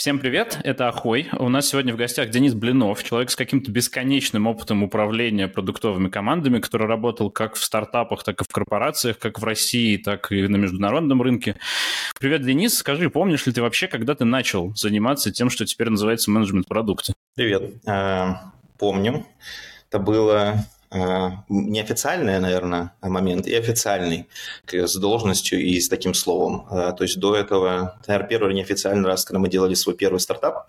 Всем привет, это Ахой. У нас сегодня в гостях Денис Блинов, человек с каким-то бесконечным опытом управления продуктовыми командами, который работал как в стартапах, так и в корпорациях, как в России, так и на международном рынке. Привет, Денис. Скажи, помнишь ли ты вообще, когда ты начал заниматься тем, что теперь называется менеджмент продукта? Привет. Помню. Это было неофициальный, наверное, момент, и официальный, с должностью и с таким словом. То есть до этого, наверное, первый неофициальный раз, когда мы делали свой первый стартап,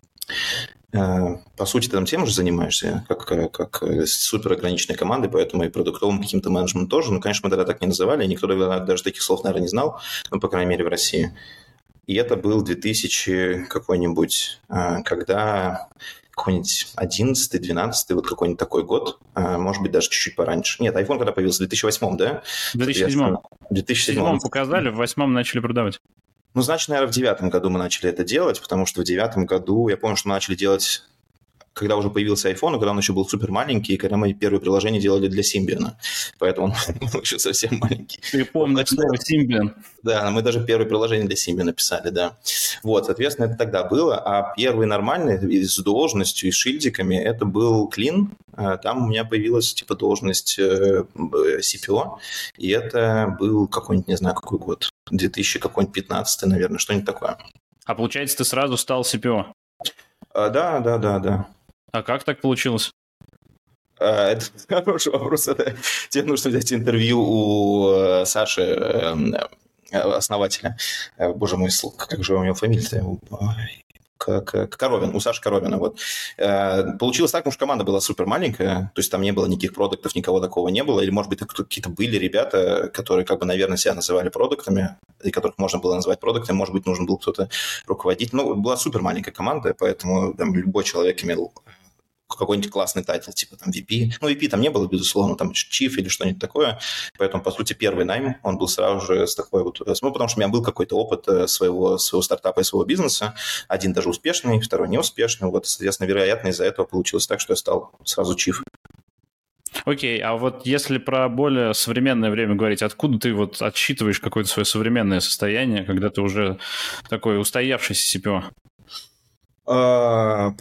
по сути, ты там тем же занимаешься, как супер ограниченной командой, поэтому и продуктовым каким-то менеджментом тоже. Ну, конечно, мы тогда так не называли, никто даже таких слов, наверное, не знал, ну, по крайней мере, в России. И это был 2000 какой-нибудь, когда какой-нибудь 11-12, вот какой-нибудь такой год, может быть, даже чуть-чуть пораньше. Нет, iPhone когда появился? В 2008, да? В 2007. В 2007 показали, в 2008 начали продавать. Ну, значит, наверное, в 2009 году мы начали это делать, потому что в 2009 году, я помню, что мы начали делать, когда уже появился iPhone, когда он еще был супер маленький, и когда мы первое приложение делали для Symbian. Поэтому он был еще совсем маленький. Ты помнишь слово Symbian? Да, мы даже первое приложение для Symbian написали, да. Вот, соответственно, это тогда было. А первый нормальный с должностью и шильдиками это был Clean. Там у меня появилась типа должность CPO. И это был какой-нибудь, не знаю, какой год. 2015, наверное, что-нибудь такое. А получается, ты сразу стал CPO? Да. А как так получилось? Это хороший вопрос. Тебе нужно взять интервью у Саши, основателя. Боже мой, как же у него фамилия-то? Коровин, у Саши Коровина. Вот. Получилось так, потому что команда была супер маленькая, то есть там не было никаких продуктов, никого такого не было, или, может быть, какие-то были ребята, которые, как бы, наверное, себя называли продуктами, и которых можно было назвать продуктами, может быть, нужен был кто-то руководить. Ну, была супер маленькая команда, поэтому там любой человек имел какой-нибудь классный тайтл, типа там VP. Ну, VP там не было, безусловно, там Chief или что-нибудь такое. Поэтому, по сути, первый найм, он был сразу же с такой вот... Ну, потому что у меня был какой-то опыт своего стартапа и своего бизнеса. Один даже успешный, второй неуспешный. Вот, соответственно, вероятно, из-за этого получилось так, что я стал сразу Chief. Окей, а вот если про более современное время говорить, откуда ты вот отсчитываешь какое-то свое современное состояние, когда ты уже такой устоявшийся CPO?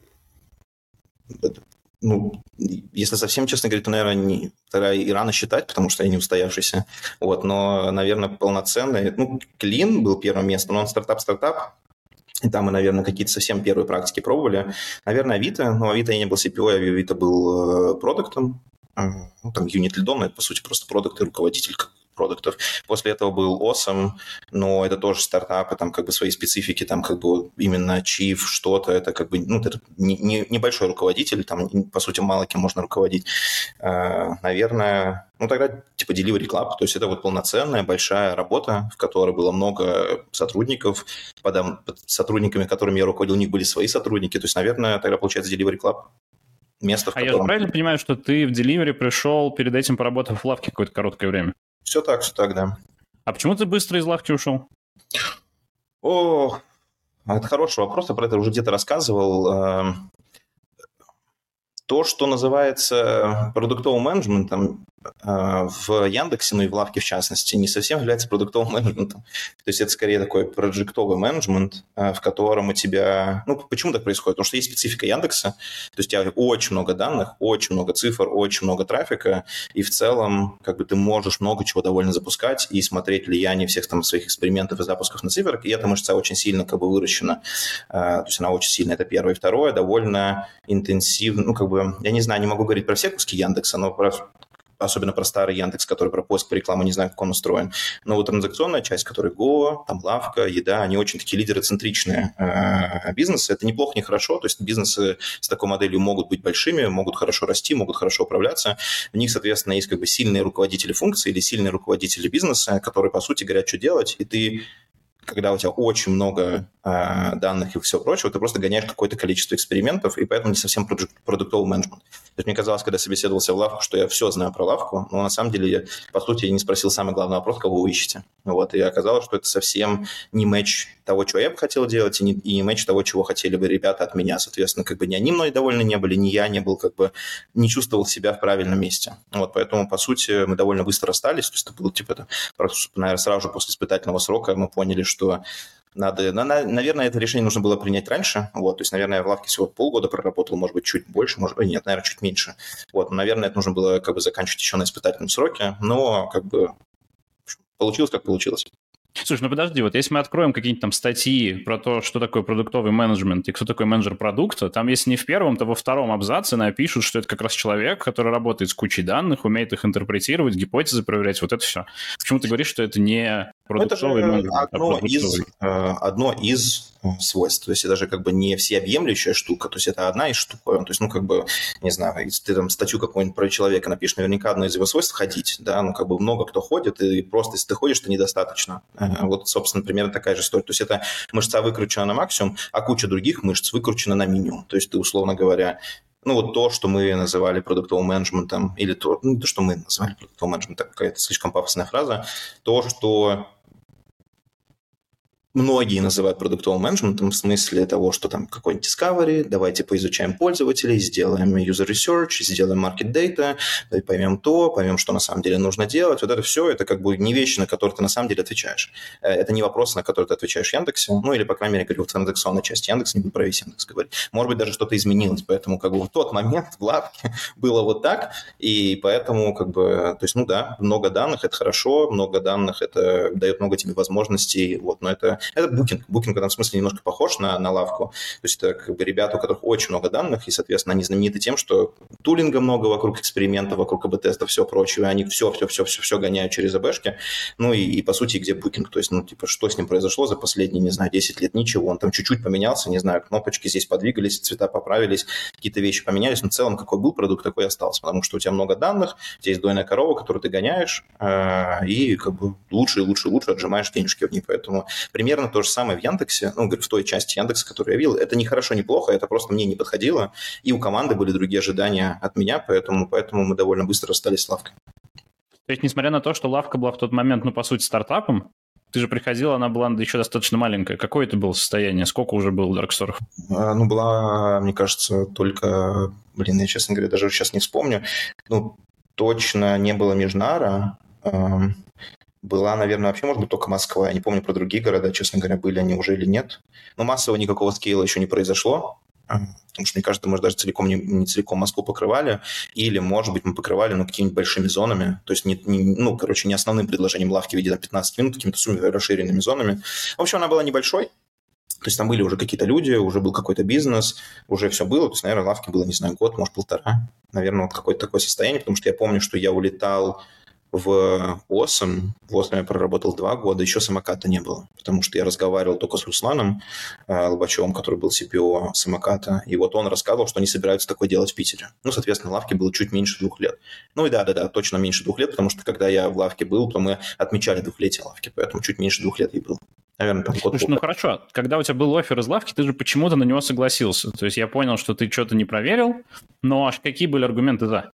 Ну, если совсем честно говорить, то, наверное, тогда и рано считать, потому что я не устоявшийся. Вот, но, наверное, полноценный... Ну, Clean был первым местом, но он стартап. И там мы, наверное, какие-то совсем первые практики пробовали. Наверное, Авито, но Авито я не был CPO, Авито был продуктом. Ну, там, юнит-лидом, но это, по сути, просто продукт и руководитель продуктов. После этого был Awesome, но это тоже стартапы, там как бы свои специфики, там как бы именно Chief, что-то, это как бы, ну, это небольшой руководитель, там, по сути, мало кем можно руководить. Наверное, ну, тогда типа Delivery Club, то есть это вот полноценная большая работа, в которой было много сотрудников, под сотрудниками, которыми я руководил, у них были свои сотрудники, то есть, наверное, тогда получается Delivery Club. Место, в котором... я же правильно понимаю, что ты в Delivery пришел, перед этим поработав в лавке какое-то короткое время? Все так, да. А почему ты быстро из лавки ушел? Это хороший вопрос, я про это уже где-то рассказывал. То, что называется продуктовым менеджментом в Яндексе, ну и в лавке в частности, не совсем является продуктовым менеджментом. То есть это скорее такой проджектовый менеджмент, в котором у тебя... Ну, почему так происходит? Потому что есть специфика Яндекса, то есть у тебя очень много данных, очень много цифр, очень много трафика, и в целом как бы ты можешь много чего довольно запускать и смотреть влияние всех там своих экспериментов и запусков на цифрах, и эта мышца очень сильно как бы выращена. То есть она очень сильно, это первое. И второе, довольно интенсивно, ну, как бы, я не знаю, не могу говорить про все куски Яндекса, но особенно про старый Яндекс, который про поиск, по рекламу, не знаю, как он устроен. Но вот транзакционная часть, которая Go, там лавка, еда, они очень такие лидеры-центричные бизнесы. Это неплохо, не хорошо. То есть бизнесы с такой моделью могут быть большими, могут хорошо расти, могут хорошо управляться. В них, соответственно, есть как бы сильные руководители функций или сильные руководители бизнеса, которые, по сути, говорят, что делать, и ты, когда у тебя очень много данных и все прочего, ты просто гоняешь какое-то количество экспериментов, и поэтому не совсем продуктовый менеджмент. То есть мне казалось, когда собеседовался в лавку, что я все знаю про лавку, но на самом деле, по сути, я не спросил самый главный вопрос, кого вы ищете. Вот, и оказалось, что это совсем не матч того, чего я бы хотел делать, и не матч того, чего хотели бы ребята от меня. Соответственно, как бы ни они мной довольны не были, ни я не был, как бы, не чувствовал себя в правильном месте. Вот, поэтому, по сути, мы довольно быстро расстались. То есть это было, типа, наверное, сразу же после испытательного срока мы поняли, что наверное, это решение нужно было принять раньше. Вот, то есть, наверное, я в лавке всего полгода проработал, может быть, чуть больше, нет, наверное, чуть меньше. Вот, наверное, это нужно было как бы заканчивать еще на испытательном сроке, но как бы получилось, как получилось. Слушай, ну подожди, вот если мы откроем какие-нибудь там статьи про то, что такое продуктовый менеджмент и кто такой менеджер продукта, там если не в первом, то во втором абзаце напишут, что это как раз человек, который работает с кучей данных, умеет их интерпретировать, гипотезы проверять, вот это все. Почему ты говоришь, что это не продуктовый менеджмент, а продуктовый? Одно из свойств. То есть это даже как бы не всеобъемлющая штука, то есть это одна из штук. То есть, ну, как бы, не знаю, если ты там статью какую-нибудь про человека напишешь, наверняка одно из его свойств – ходить, да, ну, как бы много кто ходит, и просто если ты ходишь, то недостаточно. Вот, собственно, примерно такая же история. То есть это мышца выкручена на максимум, а куча других мышц выкручена на минимум. То есть ты, условно говоря, ну, вот то, что мы называли продуктовым менеджментом, или то, ну, то, что мы называли продуктовым менеджментом, какая-то слишком пафосная фраза, то, что многие называют продуктовым менеджментом в смысле того, что там какой-нибудь discovery, давайте поизучаем пользователей, сделаем user research, сделаем market data, поймем то, поймем, что на самом деле нужно делать. Вот это все, это как бы не вещи, на которые ты на самом деле отвечаешь. Это не вопросы, на которые ты отвечаешь в Яндексе, ну или, по крайней мере, говорю, в транзакционной части Яндекса, не буду про весь Яндекс говорить. Может быть, даже что-то изменилось, поэтому как бы в тот момент в лавке было вот так, и поэтому как бы, то есть, ну да, много данных – это хорошо, много данных – это дает много тебе возможностей, вот, но это Booking. Booking в этом смысле немножко похож на лавку. То есть это как бы ребята, у которых очень много данных, и, соответственно, они знамениты тем, что тулинга много вокруг экспериментов, вокруг АБ-тестов, все прочее. Они все гоняют через АБшки. Ну и по сути, где Booking? То есть, ну, типа, что с ним произошло за последние, не знаю, 10 лет? Ничего. Он там чуть-чуть поменялся, не знаю, кнопочки здесь подвигались, цвета поправились, какие-то вещи поменялись, но в целом какой был продукт, такой и остался. Потому что у тебя много данных, у тебя есть дойная корова, которую ты гоняешь, и как бы лучше отжимаешь денежки в ней. Поэтому примерно то же самое в Яндексе, ну, в той части Яндекса, которую я видел. Это не хорошо, не плохо, это просто мне не подходило. И у команды были другие ожидания от меня, поэтому мы довольно быстро расстались с лавкой. То есть, несмотря на то, что лавка была в тот момент, ну, по сути, стартапом, ты же приходил, она была еще достаточно маленькая. Какое это было состояние? Сколько уже было Darkstore? Ну, была, мне кажется, только... я, честно говоря, даже сейчас не вспомню. Ну, точно не было Межнара. Была, наверное, вообще, может быть, только Москва. Я не помню про другие города, честно говоря, были они уже или нет. Но массово никакого скейла еще не произошло. Потому что, мне кажется, мы даже целиком не целиком Москву покрывали. Или, может быть, мы покрывали, ну, какими-нибудь большими зонами. То есть, не основным предложением лавки в виде 15 минут, какими-то супер расширенными зонами. В общем, она была небольшой. То есть, там были уже какие-то люди, уже был какой-то бизнес, уже все было. То есть, наверное, лавке было, не знаю, год, может, полтора. Наверное, вот какое-то такое состояние. Потому что я помню, что я улетал в ОСМ. В ОСМ я проработал 2 года, еще самоката не было, потому что я разговаривал только с Русланом Лобачевым, который был CPO самоката, и вот он рассказывал, что они собираются такое делать в Питере. Ну, соответственно, лавке было чуть меньше 2 лет. Ну и да, точно меньше 2 лет, потому что когда я в лавке был, то мы отмечали 2-летие лавки, поэтому чуть меньше 2 лет ей было. Наверное, там год. Слушай, ну хорошо, когда у тебя был оффер из лавки, ты же почему-то на него согласился. То есть я понял, что ты что-то не проверил, но аж какие были аргументы «за»?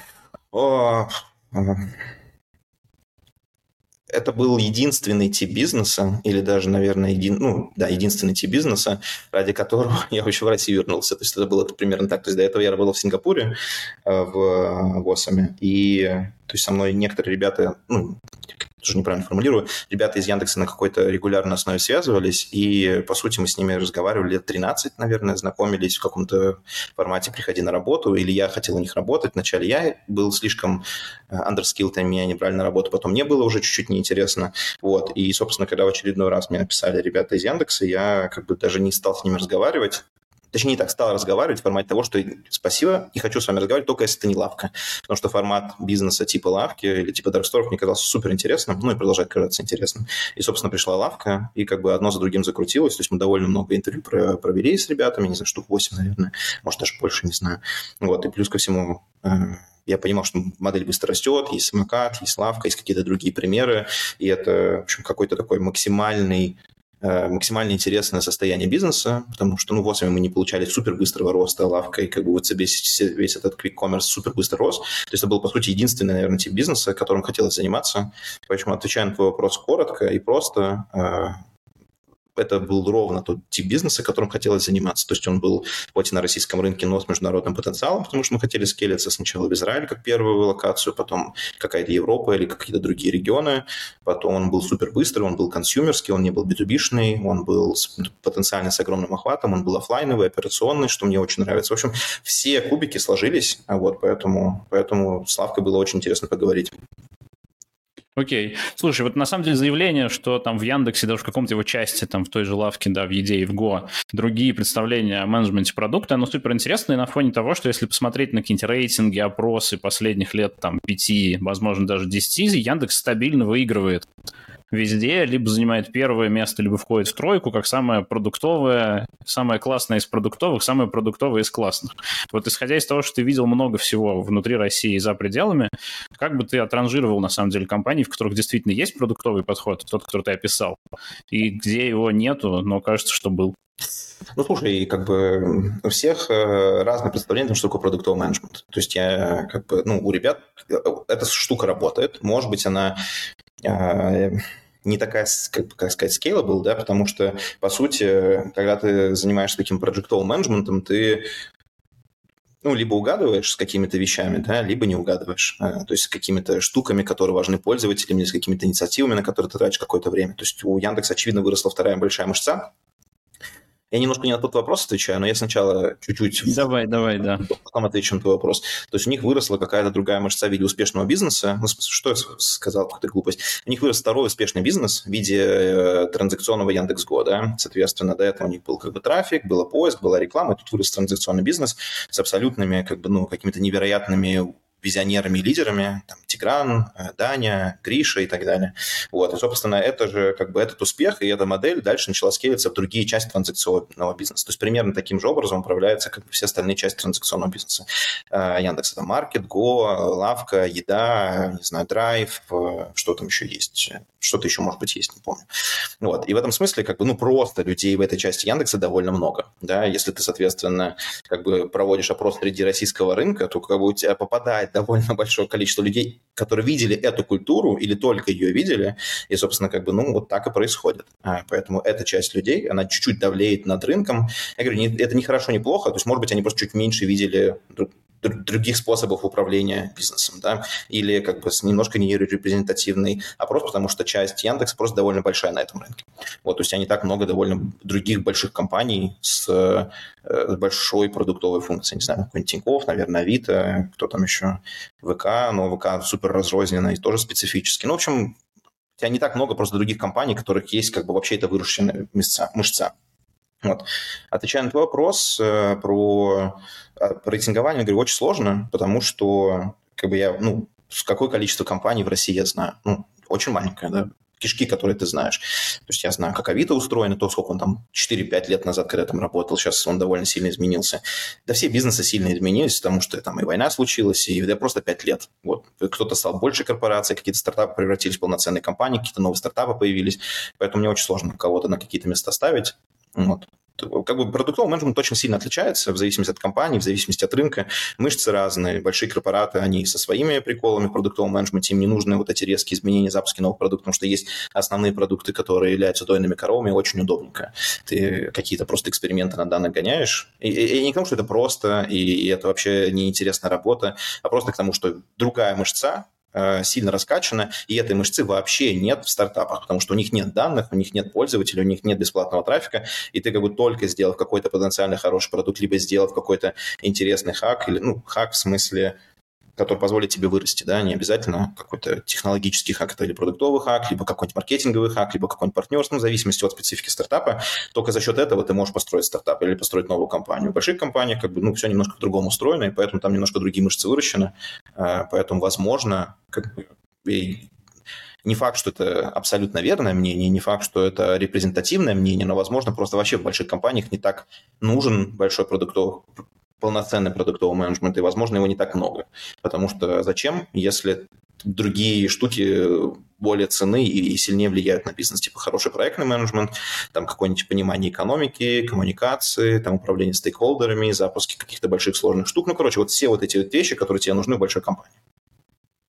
Это был единственный тип бизнеса, или даже, наверное, единственный тип бизнеса, ради которого я вообще в Россию вернулся. То есть это было примерно так. То есть до этого я работал в Сингапуре, в ВОСами, и то есть со мной некоторые ребята, тоже неправильно формулирую, ребята из Яндекса на какой-то регулярной основе связывались, и, по сути, мы с ними разговаривали лет 13, наверное, знакомились в каком-то формате «приходи на работу», или я хотел у них работать. Вначале я был слишком underskilled, меня не брали на работу, потом мне было уже чуть-чуть неинтересно. Вот. И, собственно, когда в очередной раз мне написали ребята из Яндекса, я как бы даже не стал с ними разговаривать. Точнее, не так, стал разговаривать в формате того, что спасибо, не хочу с вами разговаривать, только если это не лавка. Потому что формат бизнеса типа лавки или типа Darkstore мне казался супер интересным, ну и продолжает казаться интересным. И, собственно, пришла лавка, и как бы одно за другим закрутилось. То есть мы довольно много интервью провели с ребятами, не знаю, штук 8, наверное, может, даже больше, не знаю. Вот, и плюс ко всему... Я понимал, что модель быстро растет, есть самокат, есть лавка, есть какие-то другие примеры, и это, в общем, какой-то такой максимально интересное состояние бизнеса, потому что, в ОСМе мы не получали супер быстрого роста, лавка, и как бы вот весь этот quick commerce супер быстро рос. То есть это был, по сути, единственный, наверное, тип бизнеса, которым хотелось заниматься. Поэтому, отвечая на твой вопрос коротко и просто, это был ровно тот тип бизнеса, которым хотелось заниматься. То есть он был хоть и на российском рынке, но с международным потенциалом, потому что мы хотели скейлиться сначала в Израиль как первую локацию, потом какая-то Европа или какие-то другие регионы. Потом он был супер быстрый, он был консюмерский, он не был B2B-шный, он был потенциально с огромным охватом, он был офлайновый, операционный, что мне очень нравится. В общем, все кубики сложились, вот, поэтому с Славкой было очень интересно поговорить. Окей. Слушай, вот на самом деле заявление, что там в Яндексе, даже в каком-то его части, там в той же лавке, да, в Еде и в Го, другие представления о менеджменте продукта, оно супер интересное на фоне того, что если посмотреть на какие-нибудь рейтинги, опросы последних лет, там, 5, возможно, даже 10, Яндекс стабильно выигрывает везде, либо занимает первое место, либо входит в тройку, как самое продуктовое, самое классное из продуктовых, самое продуктовое из классных. Вот исходя из того, что ты видел много всего внутри России и за пределами, как бы ты отранжировал, на самом деле, компании, в которых действительно есть продуктовый подход, тот, который ты описал, и где его нету, но кажется, что был? Ну, слушай, как бы у всех разные представления о том, что такое продуктовый менеджмент. То есть я как бы, у ребят эта штука работает. Может быть, она не такая, как сказать, scalable, да, потому что, по сути, когда ты занимаешься таким проджектовым менеджментом, ты либо угадываешь с какими-то вещами, да, либо не угадываешь. То есть с какими-то штуками, которые важны пользователям, или с какими-то инициативами, на которые ты тратишь какое-то время. То есть у Яндекса, очевидно, выросла вторая большая мышца. Я немножко не на тот вопрос отвечаю, но я сначала чуть-чуть... Давай, да. Потом отвечу на твой вопрос. То есть у них выросла какая-то другая мышца в виде успешного бизнеса. Ну, что я сказал, какую-то глупость. У них вырос второй успешный бизнес в виде транзакционного Яндекс.Го, да. Соответственно, до этого у них был как бы трафик, был поиск, была реклама, и тут вырос транзакционный бизнес с абсолютными, как бы, какими-то невероятными визионерами и лидерами, там, Тигран, Даня, Гриша и так далее. Вот. И, собственно, это же как бы этот успех и эта модель дальше начала скейлиться в другие части транзакционного бизнеса. То есть примерно таким же образом управляются как бы все остальные части транзакционного бизнеса. Яндекс – это Маркет, Го, Лавка, Еда, не знаю, Драйв, что там еще есть. Что-то еще, может быть, есть, не помню. Вот. И в этом смысле как бы, просто людей в этой части Яндекса довольно много. Да? Если ты, соответственно, как бы проводишь опрос среди российского рынка, то как бы у тебя попадает довольно большое количество людей, которые видели эту культуру или только ее видели, и, собственно, как бы, вот так и происходит. Поэтому эта часть людей, она чуть-чуть давлеет над рынком. Я говорю, это не хорошо, не плохо, то есть, может быть, они просто чуть меньше видели других способов управления бизнесом, да, или как бы немножко не репрезентативный, а просто потому что часть Яндекса просто довольно большая на этом рынке. Вот, то есть они так много довольно других больших компаний с большой продуктовой функцией. Не знаю, какой-нибудь Тинькофф, наверное, Авито, кто там еще, ВК, но ВК супер разрозненно и тоже специфически. Ну, в общем, у тебя не так много просто других компаний, у которых есть как бы вообще это выращенная мышца. Вот. Отвечая на твой вопрос про рейтингование, я говорю, очень сложно, потому что как бы я, какое количество компаний в России я знаю? Очень маленькое, да, кишки, которые ты знаешь. То есть я знаю, как Авито устроено, то, сколько он там 4-5 лет назад, когда я там работал, сейчас он довольно сильно изменился. Да все бизнесы сильно изменились, потому что там и война случилась, и просто 5 лет. Вот. Кто-то стал больше корпорацией, какие-то стартапы превратились в полноценные компании, какие-то новые стартапы появились, поэтому мне очень сложно кого-то на какие-то места ставить. Вот. Как бы продуктовый менеджмент очень сильно отличается в зависимости от компании, в зависимости от рынка. Мышцы разные. Большие корпораты, они со своими приколами в продуктовом менеджменте, им не нужны вот эти резкие изменения, запуски новых продуктов, потому что есть основные продукты, которые являются дойными коровами, очень удобненько. Ты какие-то просто эксперименты на данных гоняешь. И не к тому, что это просто, и это вообще неинтересная работа, а просто к тому, что другая мышца, сильно раскачана, и этой мышцы вообще нет в стартапах, потому что у них нет данных, у них нет пользователей, у них нет бесплатного трафика, и ты как бы только сделав какой-то потенциально хороший продукт, либо сделав какой-то интересный хак, или, хак в смысле, который позволит тебе вырасти, да, не обязательно какой-то технологический хак или продуктовый хак, либо какой-нибудь маркетинговый хак, либо какой-нибудь партнерство, в зависимости от специфики стартапа. Только за счет этого ты можешь построить стартап или построить новую компанию. В больших компаниях как бы, все немножко по-другому устроено, и поэтому там немножко другие мышцы выращены, поэтому, возможно, как бы, не факт, что это абсолютно верное мнение, не факт, что это репрезентативное мнение, но, возможно, просто вообще в больших компаниях не так нужен большой полноценный продуктовый менеджмент, и, возможно, его не так много. Потому что зачем, если другие штуки более ценны и сильнее влияют на бизнес, типа хороший проектный менеджмент, там какое-нибудь понимание экономики, коммуникации, там управление стейкхолдерами, запуски каких-то больших сложных штук. Вот все вот эти вещи, которые тебе нужны в большой компании.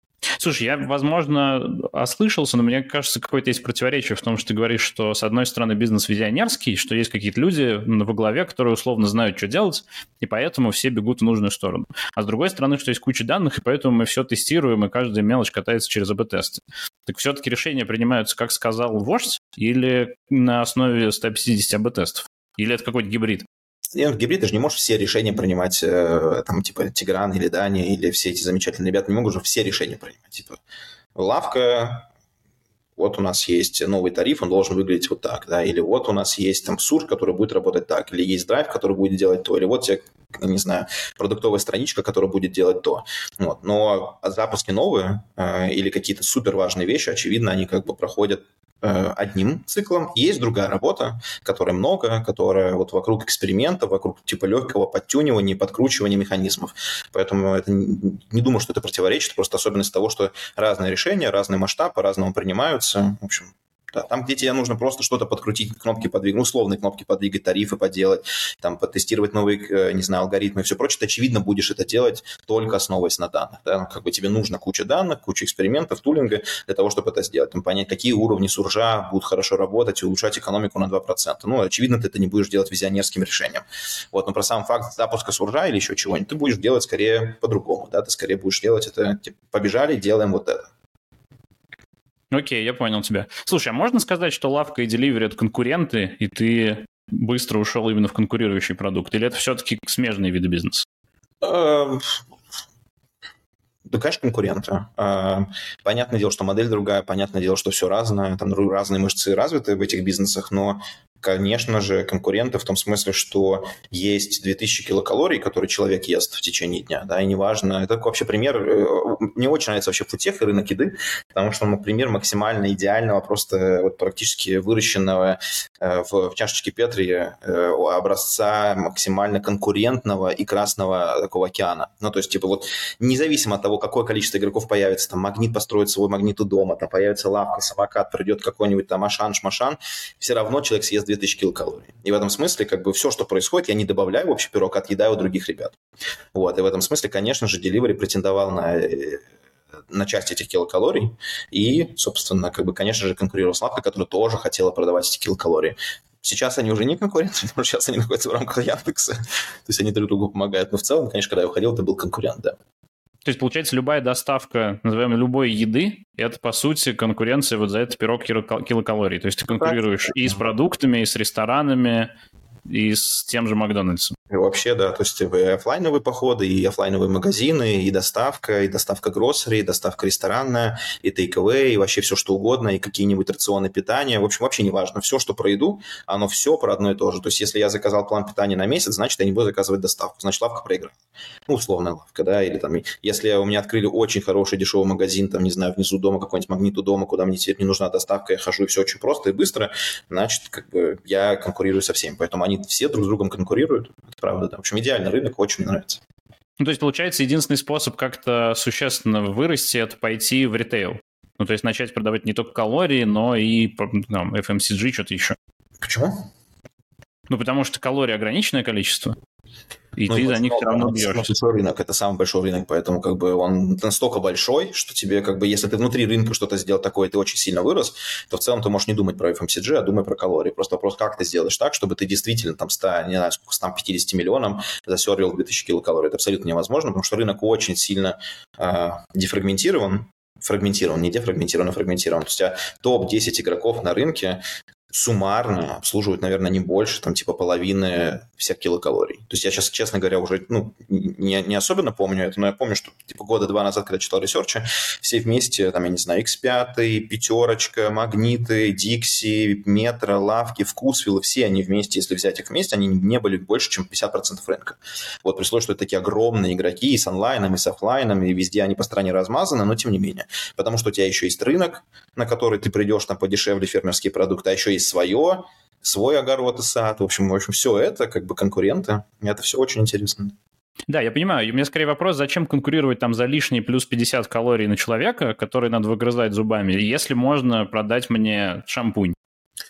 Слушай, я, возможно, ослышался, но мне кажется, какое-то есть противоречие в том, что ты говоришь, что, с одной стороны, бизнес визионерский, что есть какие-то люди во главе, которые условно знают, что делать, и поэтому все бегут в нужную сторону. А с другой стороны, что есть куча данных, и поэтому мы все тестируем, и каждая мелочь катается через АБ-тесты. Так все-таки решения принимаются, как сказал вождь, или на основе 150 АБ-тестов? Или это какой-то гибрид? Гибрид, ты же не можешь все решения принимать, там, типа, Тигран или Дани, или все эти замечательные ребята не могут же все решения принимать. Типа, лавка, вот у нас есть новый тариф, он должен выглядеть вот так, да, или вот у нас есть там Сурж, который будет работать так, или есть драйв, который будет делать то, или вот тебе, не знаю, продуктовая страничка, которая будет делать то. Вот. Но запуски новые или какие-то супер важные вещи, очевидно, они как бы проходят одним циклом. Есть другая работа, которой много, которая вот вокруг экспериментов, вокруг типа легкого подтюнивания, подкручивания механизмов. Поэтому это не думаю, что это противоречит, просто особенность того, что разные решения, разный масштаб, по-разному принимаются. В общем, да, там, где тебе нужно просто что-то подкрутить, кнопки подвигать, условные кнопки подвигать, тарифы поделать, там, потестировать новые, не знаю, алгоритмы и все прочее, ты, очевидно, будешь это делать только основываясь на данных. Да? Ну, как бы тебе нужно куча данных, куча экспериментов, тулинга для того, чтобы это сделать. Там, понять, какие уровни суржа будут хорошо работать и улучшать экономику на 2%. Ну, очевидно, ты это не будешь делать визионерским решением. Вот, но про сам факт запуска суржа или еще чего-нибудь ты будешь делать скорее по-другому. Да? Ты скорее будешь делать это, типа, побежали, делаем вот это. Окей, я понял тебя. Слушай, а можно сказать, что лавка и Delivery — это конкуренты, и ты быстро ушел именно в конкурирующий продукт? Или это все-таки смежные виды бизнеса? Да, конечно, конкуренты. Понятное дело, что модель другая, понятное дело, что все разное, там разные мышцы развиты в этих бизнесах, но, конечно же, конкуренты в том смысле, что есть 2000 килокалорий, которые человек ест в течение дня, да, и неважно. Это вообще пример, мне очень нравится вообще футех и рынок еды, потому что пример максимально идеального, просто вот практически выращенного в чашечке Петри образца максимально конкурентного и красного такого океана. Ну, то есть, типа, вот независимо от того, какое количество игроков появится, там, Магнит построит свой Магнит у дома, там, появится лавка, самокат, придет какой-нибудь там Ашан, Шмашан, все равно человек съест 2000 килокалорий. И в этом смысле, как бы, все, что происходит, я не добавляю в общий пирог, отъедаю у других ребят. Вот, и в этом смысле, конечно же, Delivery претендовал на часть этих килокалорий и, собственно, как бы, конечно же, конкурировал с лавкой, которая тоже хотела продавать эти килокалории. Сейчас они уже не конкуренты, потому что сейчас они находятся в рамках Яндекса. То есть они друг другу помогают. Но в целом, конечно, когда я уходил, это был конкурент, да. То есть, получается, любая доставка, назовем любой еды, это, по сути, конкуренция вот за этот пирог килокалорий. То есть ты конкурируешь и с продуктами, и с ресторанами, и с тем же Макдональдсом. И вообще, да, то есть и офлайновые походы, и офлайновые магазины, и доставка гроссери, и доставка ресторанная, и take-away, и вообще все что угодно, и какие-нибудь рационы питания. В общем, вообще не важно. Все, что про еду, оно все про одно и то же. То есть если я заказал план питания на месяц, значит, я не буду заказывать доставку. Значит, лавка проиграла. Ну, условная лавка, да, или там, если у меня открыли очень хороший дешевый магазин, там, не знаю, внизу дома, какой-нибудь Магнит у дома, куда мне теперь не нужна доставка, я хожу, и все очень просто и быстро, значит, как бы я конкурирую со всеми. Поэтому они все друг с другом конкурируют. Это правда, да. В общем, идеальный рынок, очень мне нравится. Ну, то есть, получается, единственный способ как-то существенно вырасти – это пойти в ритейл. Ну, то есть, начать продавать не только калории, но и там, FMCG, что-то еще. Почему? Ну, потому что калорий ограниченное количество, и ну, ты за них все равно бьешься. Большой рынок, это самый большой рынок, поэтому как бы он настолько большой, что тебе как бы, если ты внутри рынка что-то сделал такое, и ты очень сильно вырос, то в целом ты можешь не думать про FMCG, а думай про калории. Просто вопрос, как ты сделаешь так, чтобы ты действительно там 100, не знаю, сколько, 150 миллионам засервил 2000 килокалорий. Это абсолютно невозможно, потому что рынок очень сильно дефрагментирован, не дефрагментирован, а фрагментирован. То есть у тебя топ-10 игроков на рынке суммарно обслуживают, наверное, не больше, там, типа, половины всех килокалорий. То есть я сейчас, честно говоря, уже не особенно помню это, но я помню, что типа года 2 назад, когда читал ресерчи, все вместе, там, я не знаю, X5, Пятерочка, Магниты, Dixie, Метро, Лавки, Вкусвиллы, все они вместе, если взять их вместе, они не были больше, чем 50% рынка. Вот при условии, что это такие огромные игроки и с онлайном, и с офлайном, и везде они по стране размазаны, но тем не менее. Потому что у тебя еще есть рынок, на который ты придешь там подешевле фермерские продукты, а еще есть свой огород и сад. В общем, все это как бы конкуренты. И это все очень интересно. Да, я понимаю. У меня скорее вопрос, зачем конкурировать там за лишние плюс 50 калорий на человека, который надо выгрызать зубами, если можно продать мне шампунь?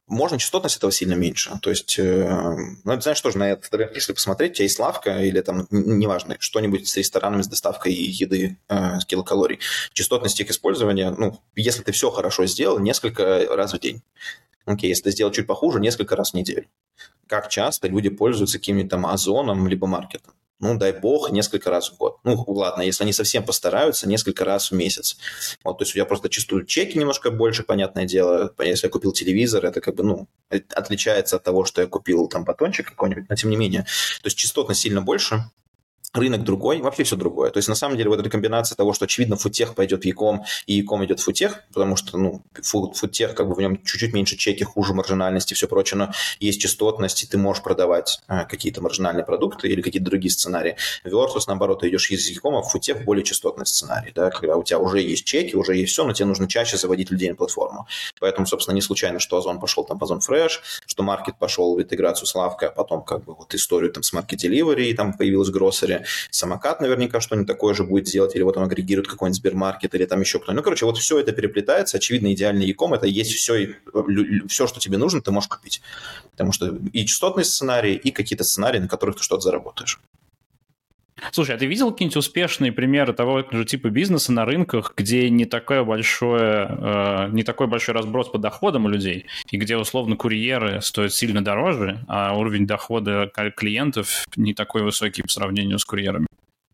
можно частотность этого сильно меньше. То есть, ну, это, знаешь, тоже на этот рынок, если посмотреть, у тебя есть лавка или там, неважно, что-нибудь с ресторанами, с доставкой еды, килокалорий. Частотность их использования, ну, если ты все хорошо сделал, несколько раз в день. Окей, если ты сделал чуть похуже, несколько раз в неделю. Как часто люди пользуются каким-нибудь там Озоном либо маркетом? Ну, дай бог, несколько раз в год. Ну, ладно, если они совсем постараются, несколько раз в месяц. Вот, то есть у тебя просто чистую чеки немножко больше, понятное дело. Если я купил телевизор, это как бы, ну, отличается от того, что я купил там батончик какой-нибудь, но тем не менее. То есть частотность сильно больше, рынок другой, вообще все другое. То есть, на самом деле, вот эта комбинация того, что, очевидно, фудтех пойдет в e-com, и e-com идет в фудтех, потому что, ну, фудтех, как бы в нем чуть-чуть меньше чеки, хуже маржинальности и все прочее, но есть частотность, и ты можешь продавать какие-то маржинальные продукты или какие-то другие сценарии. Versus, наоборот, ты идешь из e-com, а в фудтех более частотный сценарий, да, когда у тебя уже есть чеки, уже есть все, но тебе нужно чаще заводить людей на платформу. Поэтому, собственно, не случайно, что Озон пошел там в Озон Fresh, что Маркет пошел в интеграцию с лавкой, а потом как бы вот историю там с Market Delivery, и там появилась Grocery. Самокат наверняка что-нибудь такое же будет делать, или вот он агрегирует какой-нибудь Сбермаркет, или там еще кто-нибудь. Ну, короче, вот все это переплетается. Очевидно, идеальный e-com – это есть все, что тебе нужно, ты можешь купить. Потому что и частотный сценарий, и какие-то сценарии, на которых ты что-то заработаешь. Слушай, а ты видел какие-нибудь успешные примеры того же типа бизнеса на рынках, где не такой большой разброс по доходам у людей, и где, условно, курьеры стоят сильно дороже, а уровень дохода клиентов не такой высокий по сравнению с курьерами?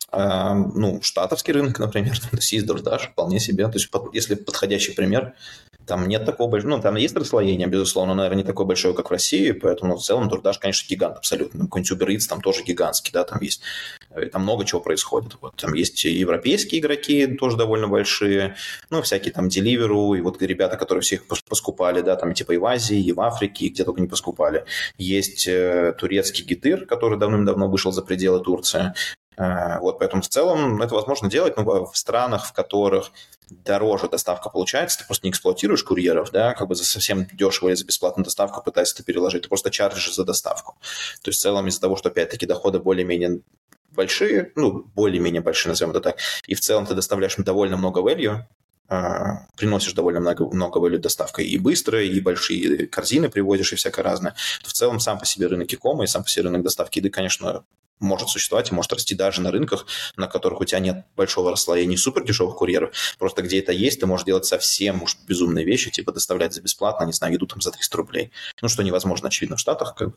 Ну, штатовский рынок, например, то есть есть DoorDash, вполне себе. То есть если подходящий пример, там нет такого большого, ну, там есть расслоение, безусловно, наверное, не такое большое, как в России, поэтому в целом DoorDash, конечно, гигант абсолютно. Какой-нибудь Uber Eats там тоже гигантский, да, там есть, там много чего происходит. Вот, там есть и европейские игроки, тоже довольно большие, ну, всякие там Deliveroo, и вот ребята, которые всех поскупали, да, там типа и в Азии, и в Африке, и где только не поскупали. Есть турецкий Getir, который давным-давно вышел за пределы Турции. Вот, поэтому в целом это возможно делать, но в странах, в которых дороже доставка получается, ты просто не эксплуатируешь курьеров, да, как бы за совсем дешево или за бесплатную доставку пытаешься это переложить, ты просто чаржишь за доставку. То есть в целом из-за того, что, опять-таки, доходы более-менее большие, ну, более-менее большие, назовем это так, и в целом ты доставляешь довольно много value, приносишь довольно много value доставкой и быстро, и большие корзины привозишь, и всякое разное, то в целом сам по себе рынок e-com и сам по себе рынок доставки еды, конечно, может существовать и может расти даже на рынках, на которых у тебя нет большого расслоения супер дешевых курьеров. Просто где это есть, ты можешь делать совсем уж безумные вещи, типа доставлять за бесплатно, не знаю, еду там за 300 рублей. Ну, что невозможно, очевидно, в Штатах. Как бы.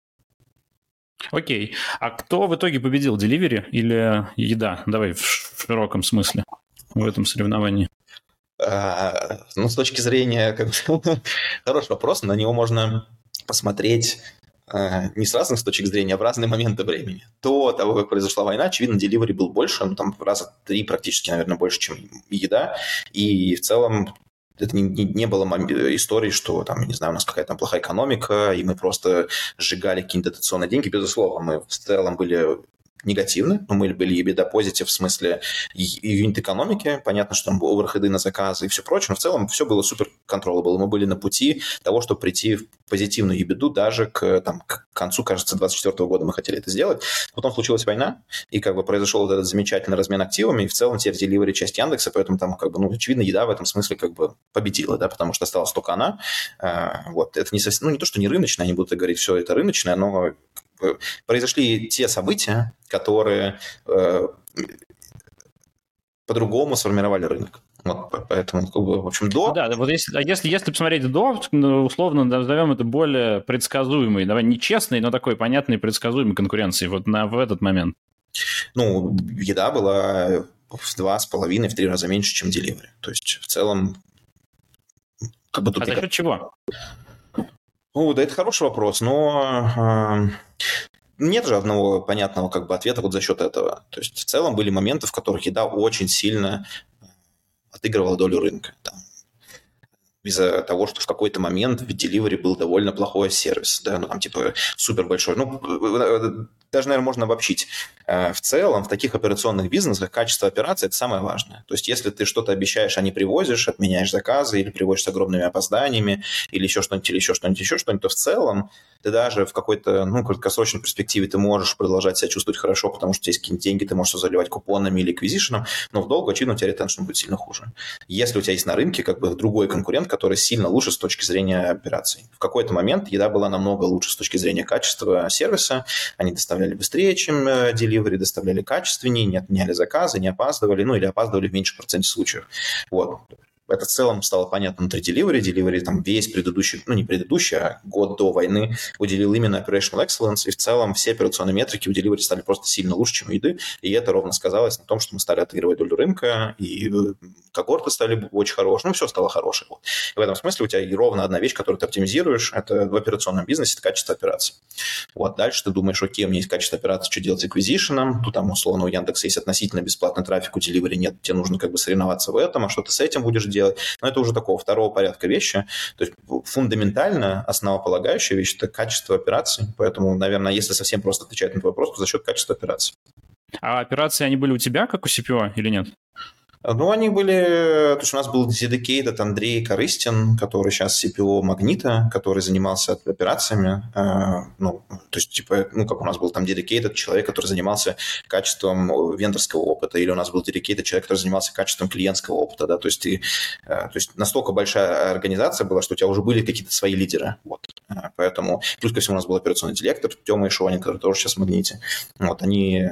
Окей. А кто в итоге победил, Delivery или еда? Давай в широком смысле в этом соревновании. Ну, с точки зрения, хороший вопрос, на него можно посмотреть не с разных точек зрения, а в разные моменты времени. До того, как произошла война, очевидно, Delivery был больше, ну, там в раза 3 практически, наверное, больше, чем еда. И в целом это не было истории, что там, не знаю, у нас какая-то там плохая экономика, и мы просто сжигали какие-то дотационные деньги. Безусловно, мы в целом были негативны, но мы были EBITDA позитив в смысле юнит-экономики. Понятно, что там оверхеды на заказы и все прочее, но в целом все было супер controllable. Мы были на пути того, чтобы прийти в позитивную EBITDA даже к концу, кажется, 2024 года мы хотели это сделать. Потом случилась война, и как бы произошел вот этот замечательный размен активами, и в целом теперь Delivery часть Яндекса, поэтому там как бы, ну, очевидно, еда в этом смысле как бы победила, да, потому что осталась только она. Вот, это не совсем, ну, не то, что не рыночная, они будут говорить, все это рыночное, но произошли те события, которые по-другому сформировали рынок. Вот, поэтому, как бы, в общем, до... Да, вот если посмотреть до, условно назовем это более предсказуемой, давай не честной, но такой понятной предсказуемой конкуренцией вот в этот момент. Ну, еда была в 2,5-3 раза меньше, чем Delivery. То есть, в целом, как бы тут... А за счет чего? Ну, да, это хороший вопрос, но нет же одного понятного как бы ответа вот за счет этого. То есть в целом были моменты, в которых еда очень сильно отыгрывала долю рынка. Там, из-за того, что в какой-то момент в Delivery был довольно плохой сервис, да, ну там типа супер большой. Ну, даже, наверное, можно обобщить. В целом, в таких операционных бизнесах качество операции – это самое важное. То есть, если ты что-то обещаешь, а не привозишь, отменяешь заказы или привозишь с огромными опозданиями, или еще что-нибудь, то в целом ты даже в какой-то, краткосрочной перспективе ты можешь продолжать себя чувствовать хорошо, потому что у тебя есть какие-нибудь деньги, ты можешь заливать купонами или эквизишеном, но в долгую, очевидно, у тебя ретеншн будет сильно хуже. Если у тебя есть на рынке как бы другой конкурент, который сильно лучше с точки зрения операций. В какой-то момент еда была намного лучше с точки зрения качества сервиса, они доставляли быстрее, чем Delivery, доставляли качественнее, не отменяли заказы, не опаздывали, или опаздывали в меньшем проценте случаев. Вот. Это в целом стало понятно внутри Delivery. Delivery там весь предыдущий, не предыдущий, а год до войны уделил именно Operational Excellence, и в целом все операционные метрики у Delivery стали просто сильно лучше, чем у еды, и это ровно сказалось на том, что мы стали отыгрывать долю рынка, и когорты стали очень хорошие, все стало хорошее. Вот. И в этом смысле у тебя ровно одна вещь, которую ты оптимизируешь, это в операционном бизнесе, это качество операций. Вот, дальше ты думаешь, окей, у меня есть качество операций, что делать с эквизишеном, то там, условно, у Яндекса есть относительно бесплатный трафик, у Delivery нет, тебе нужно как бы соревноваться в этом, а что ты с этим будешь делать? Но это уже такого второго порядка вещи. То есть фундаментально основополагающая вещь – это качество операций. Поэтому, наверное, если совсем просто отвечать на твой вопрос, то за счет качества операций. А операции, они были у тебя, как у CPO, или нет? Они были... То есть у нас был dedicated Андрей Корыстин, который сейчас CPO Магнита, который занимался операциями. То есть, как у нас был там dedicated человек, который занимался качеством вендорского опыта, или у нас был dedicated человек, который занимался качеством клиентского опыта, да, то есть настолько большая организация была, что у тебя уже были какие-то свои лидеры, вот. Поэтому, плюс ко всему, у нас был операционный директор Тёма Ишонин, который тоже сейчас в Магните. Вот, они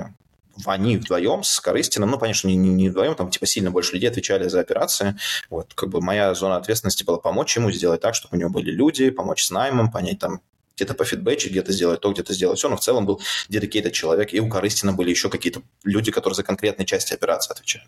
вдвоем с Корыстиным, понятно, не вдвоем, там сильно больше людей отвечали за операции. Вот, как бы моя зона ответственности была помочь ему сделать так, чтобы у него были люди, помочь с наймом, понять там, где-то пофидбэчить, где-то сделать то, где-то сделать все, но в целом был dedicated человек, и у Корыстина были еще какие-то люди, которые за конкретные части операции отвечали.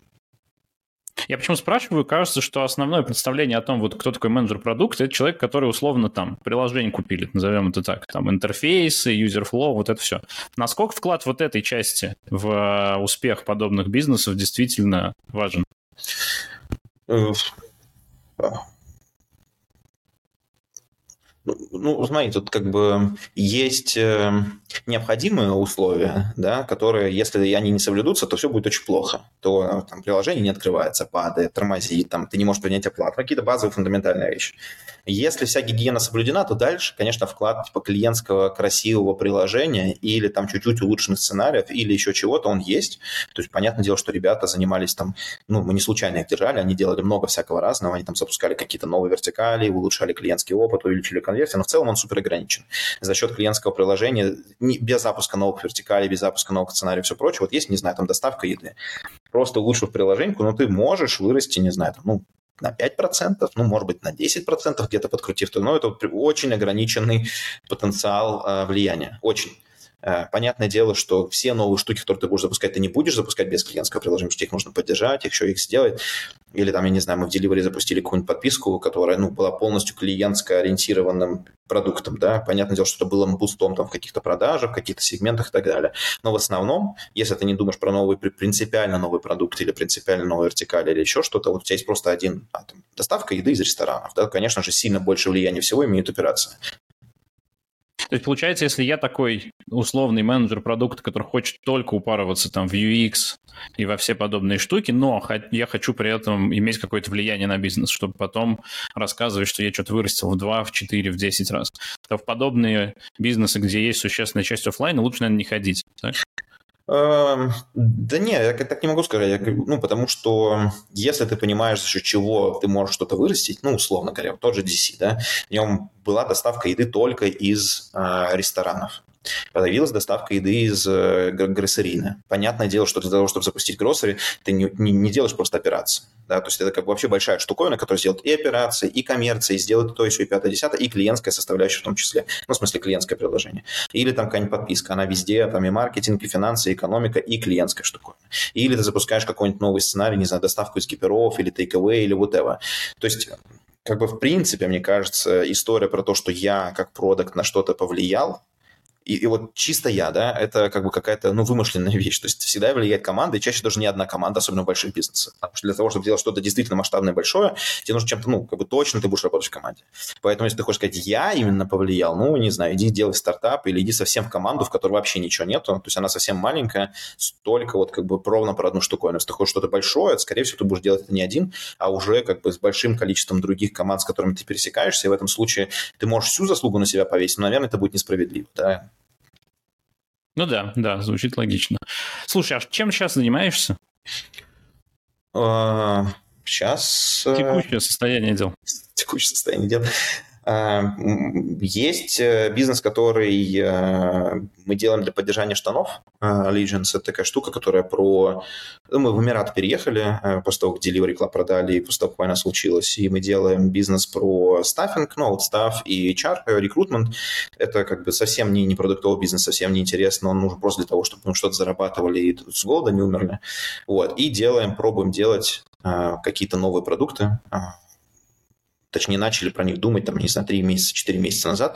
Я почему спрашиваю, кажется, что основное представление о том, вот кто такой менеджер продукта, это человек, который условно там приложение купили, назовем это так, там интерфейсы, user flow, вот это все. Насколько вклад вот этой части в успех подобных бизнесов действительно важен? Смотри, тут как бы есть необходимые условия, да, которые, если они не соблюдутся, то все будет очень плохо. То там, приложение не открывается, падает, тормозит, там, ты не можешь принять оплату. Какие-то базовые фундаментальные вещи. Если вся гигиена соблюдена, то дальше, конечно, вклад клиентского красивого приложения или там чуть-чуть улучшенных сценариев или еще чего-то, он есть. То есть, понятное дело, что ребята занимались там, мы не случайно их держали, они делали много всякого разного, они там запускали какие-то новые вертикали, улучшали клиентский опыт, увеличили конверсию, но в целом он супер ограничен. За счет клиентского приложения, без запуска новых вертикалей, без запуска новых сценариев и все прочее, вот есть, не знаю, там доставка еды. Просто улучшив приложеньку, ты можешь вырасти, не знаю, там, на 5%, может быть, на 10% где-то подкрутив, но это очень ограниченный потенциал влияния, очень. Понятное дело, что все новые штуки, которые ты будешь запускать, ты не будешь запускать без клиентского приложения, потому что их нужно поддержать, еще их сделать. Или там, я не знаю, мы в Delivery запустили какую-нибудь подписку, которая была полностью клиентско-ориентированным продуктом. Да? Понятное дело, что это было бустом там, в каких-то продажах, в каких-то сегментах и так далее. Но в основном, если ты не думаешь про принципиально новый продукт или принципиально новую вертикаль или еще что-то, вот у тебя есть просто один доставка еды из ресторанов. Да? Конечно же, сильно больше влияния всего имеет операция. То есть, получается, если я такой условный менеджер продукта, который хочет только упарываться там в UX и во все подобные штуки, но я хочу при этом иметь какое-то влияние на бизнес, чтобы потом рассказывать, что я что-то вырастил в 2, в 4, в 10 раз, то в подобные бизнесы, где есть существенная часть офлайна, лучше, наверное, не ходить, так? Да не, я так не могу сказать, потому что если ты понимаешь, за счет чего ты можешь что-то вырастить, условно говоря, тот же DC, да, в нем была доставка еды только из ресторанов. Появилась доставка еды из гроссерины. Понятное дело, что для того, чтобы запустить гроссери, ты не делаешь просто операции. Да? То есть это как бы вообще большая штуковина, которая сделает и операции, и коммерции, и сделает то, еще и 5, 10, и клиентская составляющая в том числе. В смысле, клиентское приложение. Или там какая-нибудь подписка, она везде, там и маркетинг, и финансы, и экономика, и клиентская штуковина. Или ты запускаешь какой-нибудь новый сценарий, не знаю, доставку из гиперов, или take-away, или whatever. То есть как бы в принципе, мне кажется, история про то, что я как продакт на что-то повлиял, И вот чисто я, да, это как бы какая-то, ну, вымышленная вещь. То есть всегда влияет команда, и чаще даже не одна команда, особенно в больших бизнесах. Потому что для того, чтобы делать что-то действительно масштабное, большое, тебе нужно чем-то, ну, как бы точно ты будешь работать в команде. Поэтому, если ты хочешь сказать, я именно повлиял, ну, не знаю, иди делай стартап или иди совсем в команду, в которой вообще ничего нету. То есть она совсем маленькая, только вот как бы ровно про одну штуковину. Если ты хочешь что-то большое, скорее всего, ты будешь делать это не один, а уже как бы с большим количеством других команд, с которыми ты пересекаешься. И в этом случае ты можешь всю заслугу на себя повесить, но, наверное, это будет несправедливо, да. Ну да, да, звучит логично. Слушай, а чем сейчас занимаешься? Сейчас... Текущее состояние дел. Текущее состояние дел. Есть бизнес, который мы делаем для поддержания штанов. Allegiance – это такая штука, которая про... Мы в Эмираты переехали после того, как Delivery Club продали, и после того, как война случилась. И мы делаем бизнес про стаффинг, ну, вот стафф и HR, рекрутмент. Это как бы совсем не продуктовый бизнес, совсем не интересно. Он нужен просто для того, чтобы мы что-то зарабатывали и с голода не умерли. Вот. И пробуем делать какие-то новые продукты. Точнее, начали про них думать, там, не знаю, 3 месяца, 4 месяца назад.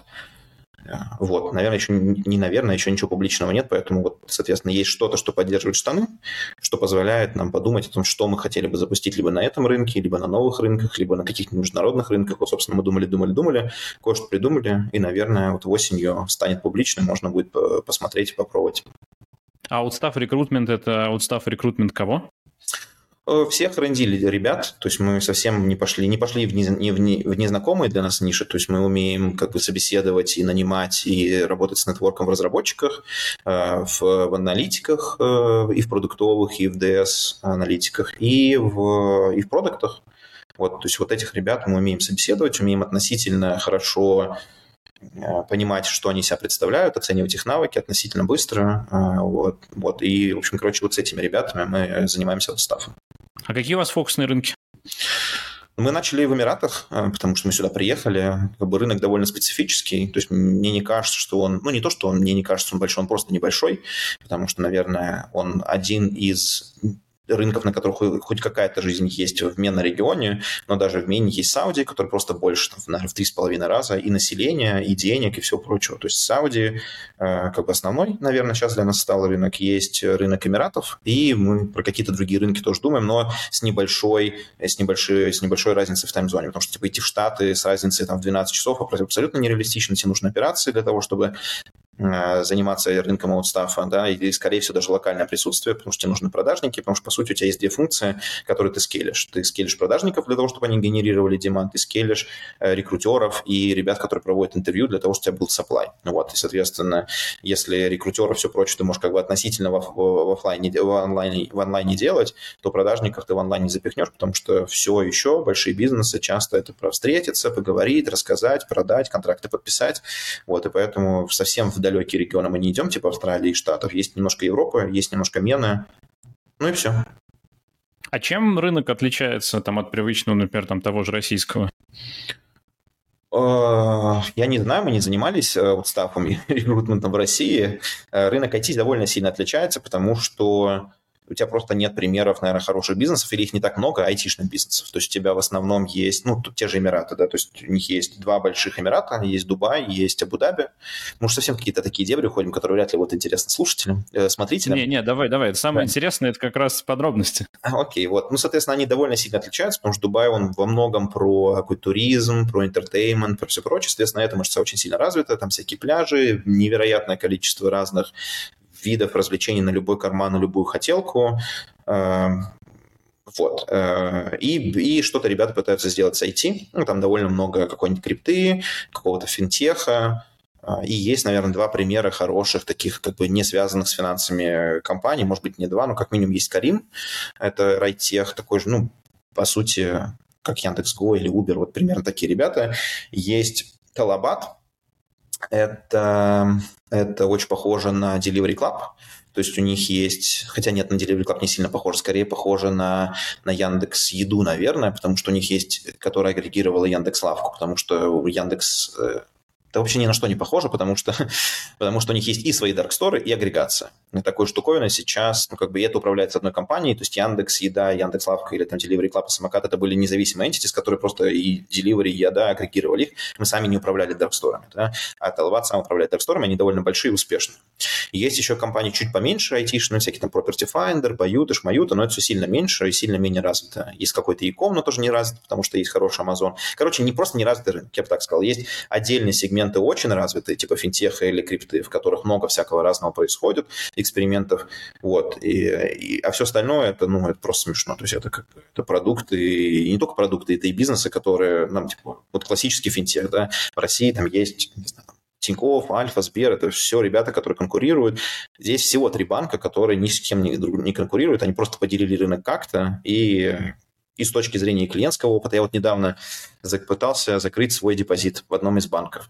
Вот, наверное, еще ничего публичного нет, поэтому, вот, соответственно, есть что-то, что поддерживает штаны, что позволяет нам подумать о том, что мы хотели бы запустить либо на этом рынке, либо на новых рынках, либо на каких-то международных рынках. Вот, собственно, мы думали, кое-что придумали, и, наверное, вот осенью станет публичным, можно будет посмотреть и попробовать. А Outstaff Recruitment – это Outstaff Recruitment кого? Всех рендили ребят, то есть мы совсем не пошли в незнакомые для нас ниши, то есть мы умеем как бы собеседовать и нанимать, и работать с нетворком в разработчиках, в аналитиках, и в продуктовых, и в DS-аналитиках, и в продуктах. Вот, то есть вот этих ребят мы умеем собеседовать, умеем относительно хорошо понимать, что они себя представляют, оценивать их навыки относительно быстро. Вот. И, в общем, короче, вот с этими ребятами мы занимаемся стаффом. А какие у вас фокусные рынки? Мы начали в Эмиратах, потому что мы сюда приехали. Как бы рынок довольно специфический. То есть мне не кажется, что он... Ну, не то, что мне не кажется, он большой, он просто небольшой, потому что, наверное, он один из рынков, на которых хоть какая-то жизнь есть в MENA-регионе, но даже в MENA есть Сауди, который просто больше, там, наверное, в 3,5 раза и населения, и денег, и всего прочего. То есть Сауди как бы основной, наверное, сейчас для нас стал рынок. Есть рынок Эмиратов, и мы про какие-то другие рынки тоже думаем, но с небольшой разницей в таймзоне, потому что типа идти в Штаты с разницей там, в 12 часов абсолютно нереалистично, тебе нужны операции для того, чтобы заниматься рынком аутстаффа, да, и, скорее всего, даже локальное присутствие, потому что тебе нужны продажники, потому что, по сути, у тебя есть две функции, которые ты скейлишь. Ты скейлишь продажников для того, чтобы они генерировали демант, ты скейлишь рекрутеров и ребят, которые проводят интервью для того, чтобы у тебя был supply. Вот, и, соответственно, если рекрутеры, все прочее, ты можешь как бы относительно в онлайне делать, то продажников ты в онлайн не запихнешь, потому что все еще большие бизнесы часто это про встретиться, поговорить, рассказать, продать, контракты подписать. Вот, и поэтому совсем в далекие регионы мы не идем, типа Австралии и Штатов. Есть немножко Европы, есть немножко MENA. Ну и все. А чем рынок отличается там, от привычного, например, там, того же российского? Я не знаю, мы не занимались вот стаффом и рекрутментом в России. Рынок IT довольно сильно отличается, потому что у тебя просто нет примеров, наверное, хороших бизнесов, или их не так много, айтишных бизнесов. То есть у тебя в основном есть, ну, тут те же Эмираты, да, то есть у них есть 2 больших Эмирата, есть Дубай, есть Абу-Даби. Мы уж совсем какие-то такие дебри уходим, которые вряд ли вот интересны слушателям, смотрителям. Не, давай. Это самое интересное, это как раз подробности. Окей, вот. Ну, соответственно, они довольно сильно отличаются, потому что Дубай, он во многом про какой-то туризм, про интертеймент, про все прочее. Соответственно, эта мышца очень сильно развита, там всякие пляжи, невероятное количество разных видов развлечений на любой карман, на любую хотелку. Вот. И что-то ребята пытаются сделать с IT. Ну, там довольно много какой-нибудь крипты, какого-то финтеха. И есть, наверное, 2 примера хороших, таких как бы не связанных с финансами компаний. Может быть, не 2, но как минимум есть Карим. Это райтех, такой же, ну, по сути, как Яндекс.Го или Uber. Вот примерно такие ребята. Есть Talabat. Это очень похоже на Delivery Club. То есть у них есть... Хотя нет, на Delivery Club не сильно похоже. Скорее похоже на Яндекс.Еду, наверное, потому что у них есть... Которая агрегировала Яндекс.Лавку, потому что Яндекс... Это вообще ни на что не похоже, потому что у них есть и свои дарксторы, и агрегация. И такой штуковиной сейчас, и это управляется одной компанией, то есть Яндекс, Еда, Яндекс.Лавка или там Delivery Club и Самокат, это были независимые entities, которые просто и Delivery, и Еда агрегировали их. Мы сами не управляли дарксторами, да? А Талават сам управляет дарксторами, они довольно большие и успешные. Есть еще компании чуть поменьше айтишные, всякие там Property Finder, Баюта, Шмаюта, но это все сильно меньше и сильно менее развито. Есть какой-то e-com, но тоже не развит, потому что есть хороший Amazon. Короче, не просто не развитый рынок, я бы так сказал. Есть отдельные сегменты очень развитые, типа финтеха или крипты, в которых много всякого разного происходит, экспериментов, вот. А все остальное, это просто смешно. То есть это продукты, и не только продукты, это и бизнесы, которые, вот классический финтех, да, в России там есть, не знаю, Тинькофф, Альфа, Сбер, это все ребята, которые конкурируют. Здесь всего 3 банка, которые ни с кем не конкурируют, они просто поделили рынок как-то, и с точки зрения клиентского опыта, я вот недавно пытался закрыть свой депозит в одном из банков.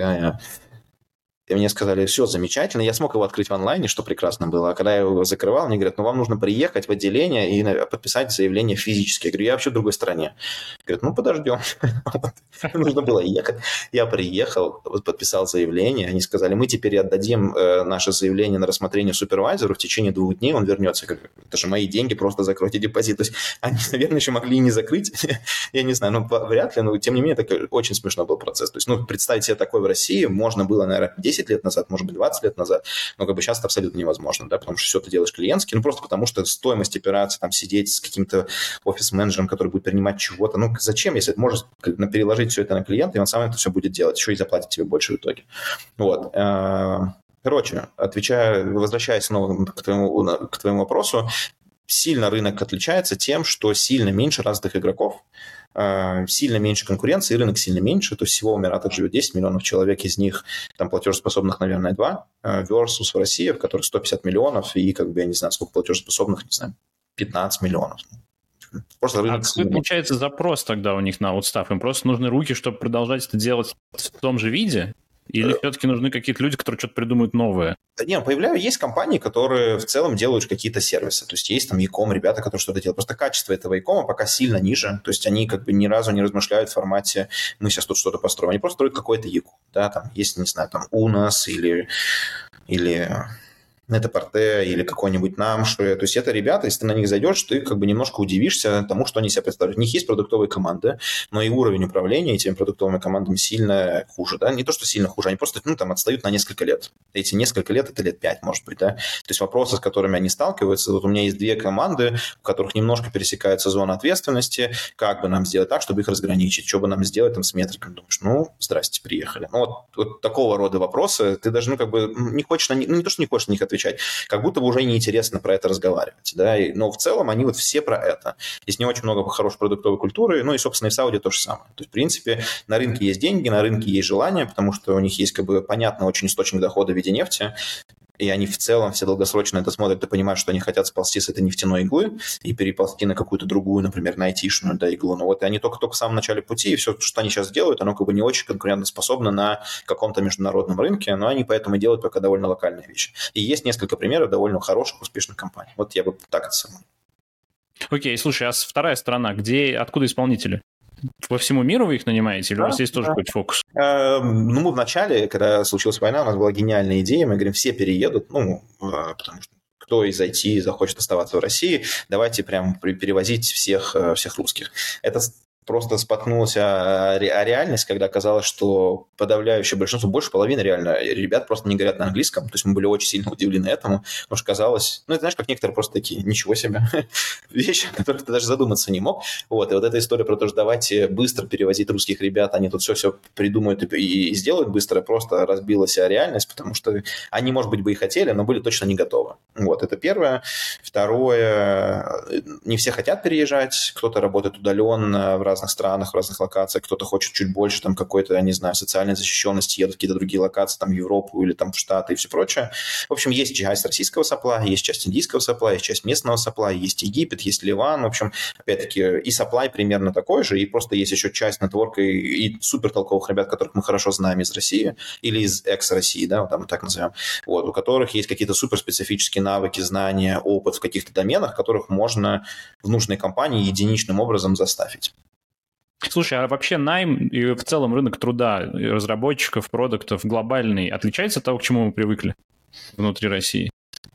И мне сказали, все замечательно, я смог его открыть в онлайне, что прекрасно было. А когда я его закрывал, мне говорят, вам нужно приехать в отделение и подписать заявление физически. Я говорю, я вообще в другой стране. Говорят, подождем. Нужно было ехать. Я приехал, подписал заявление. Они сказали, мы теперь отдадим наше заявление на рассмотрение супервайзеру в течение 2 дней, он вернется. Это же мои деньги, просто закройте депозит. То есть они, наверное, еще могли и не закрыть. Я не знаю, вряд ли, но тем не менее, это очень смешной был процесс. То есть, представить себе такое в России можно было, наверное, 10 лет назад, может быть, 20 лет назад, но сейчас это абсолютно невозможно, да, потому что все ты делаешь клиентски, просто потому что стоимость операции, там, сидеть с каким-то офис-менеджером, который будет принимать чего-то, зачем, если ты можешь переложить все это на клиента, и он сам это все будет делать, еще и заплатит тебе больше в итоге. Вот. Короче, возвращаясь снова к твоему вопросу, сильно рынок отличается тем, что сильно меньше развитых игроков, сильно меньше конкуренции, рынок сильно меньше, то есть всего в Эмиратах живет 10 миллионов человек, из них там платежеспособных, наверное, 2, versus в России, в которых 150 миллионов, и я не знаю, сколько платежеспособных, не знаю, 15 миллионов. Просто рынок какой получается запрос тогда у них на аутстаф? Им просто нужны руки, чтобы продолжать это делать в том же виде? Или все-таки нужны какие-то люди, которые что-то придумают новое? Есть компании, которые в целом делают какие-то сервисы. То есть есть там e-com, ребята, которые что-то делают. Просто качество этого e-com пока сильно ниже. То есть они ни разу не размышляют в формате «мы сейчас тут что-то построим». Они просто строят какой-то e-com. Да, там есть, не знаю, там Unas или Net-a-Porter или какой-нибудь Namshi. То есть это ребята, если ты на них зайдешь, ты немножко удивишься тому, что они себя представляют. У них есть продуктовые команды, но и уровень управления этими продуктовыми командами сильно хуже. Да? Не то, что сильно хуже, они просто отстают на несколько лет. Эти несколько лет – это лет 5, может быть. Да? То есть вопросы, с которыми они сталкиваются, вот у меня есть 2 команды, у которых немножко пересекается зона ответственности, как бы нам сделать так, чтобы их разграничить, что бы нам сделать там с метриками. Думаешь, здрасте, приехали. Вот такого рода вопросы, ты даже не хочешь, не то, что не хочешь на них отвечать, как будто бы уже неинтересно про это разговаривать. Да? Но в целом они все про это. Здесь не очень много хорошей продуктовой культуры, и, собственно, и в Сауде то же самое. То есть, в принципе, на рынке есть деньги, на рынке есть желание, потому что у них есть, понятно, очень источник дохода в виде нефти, и они в целом все долгосрочно это смотрят и понимают, что они хотят сползти с этой нефтяной иглы и переползти на какую-то другую, например, на айтишную иглу. Но и они только в самом начале пути, и все, что они сейчас делают, оно не очень конкурентоспособно на каком-то международном рынке, но они поэтому делают пока довольно локальные вещи. И есть несколько примеров довольно хороших, успешных компаний. Вот я бы так оценил. Окей, слушай, а вторая сторона, откуда исполнители? По всему миру вы их нанимаете, или у вас есть тоже какой-то фокус? Мы в начале, когда случилась война, у нас была гениальная идея, мы говорим, все переедут, потому что кто из IT захочет оставаться в России, давайте прям перевозить всех русских. Это просто споткнулась о реальность, когда оказалось, что подавляющее большинство, больше половины реально, ребят просто не говорят на английском. То есть мы были очень сильно удивлены этому, потому что казалось, это знаешь, как некоторые просто такие, ничего себе, вещи, о которых ты даже задуматься не мог. И вот эта история про то, что давайте быстро перевозить русских ребят, они тут все придумают и сделают быстро, просто разбилась о реальность, потому что они, может быть, бы и хотели, но были точно не готовы. Вот, это первое. Второе, не все хотят переезжать, кто-то работает удаленно в разных странах, в разных локациях, кто-то хочет чуть больше там какой-то, я не знаю, социальной защищенности, едут в какие-то другие локации, там в Европу или там в Штаты и все прочее. В общем, есть часть российского сапплая, есть часть индийского сапплая, есть часть местного сапплая, есть Египет, есть Ливан. В общем, опять-таки, и сапплай примерно такой же, и просто есть еще часть нетворка и супер толковых ребят, которых мы хорошо знаем из России или из экс-России, да, вот там так назовем, у которых есть какие-то суперспецифические навыки, знания, опыт в каких-то доменах, которых можно в нужной компании единичным образом заставить. Слушай, а вообще найм и в целом рынок труда разработчиков, продуктов глобальный отличается от того, к чему мы привыкли внутри России?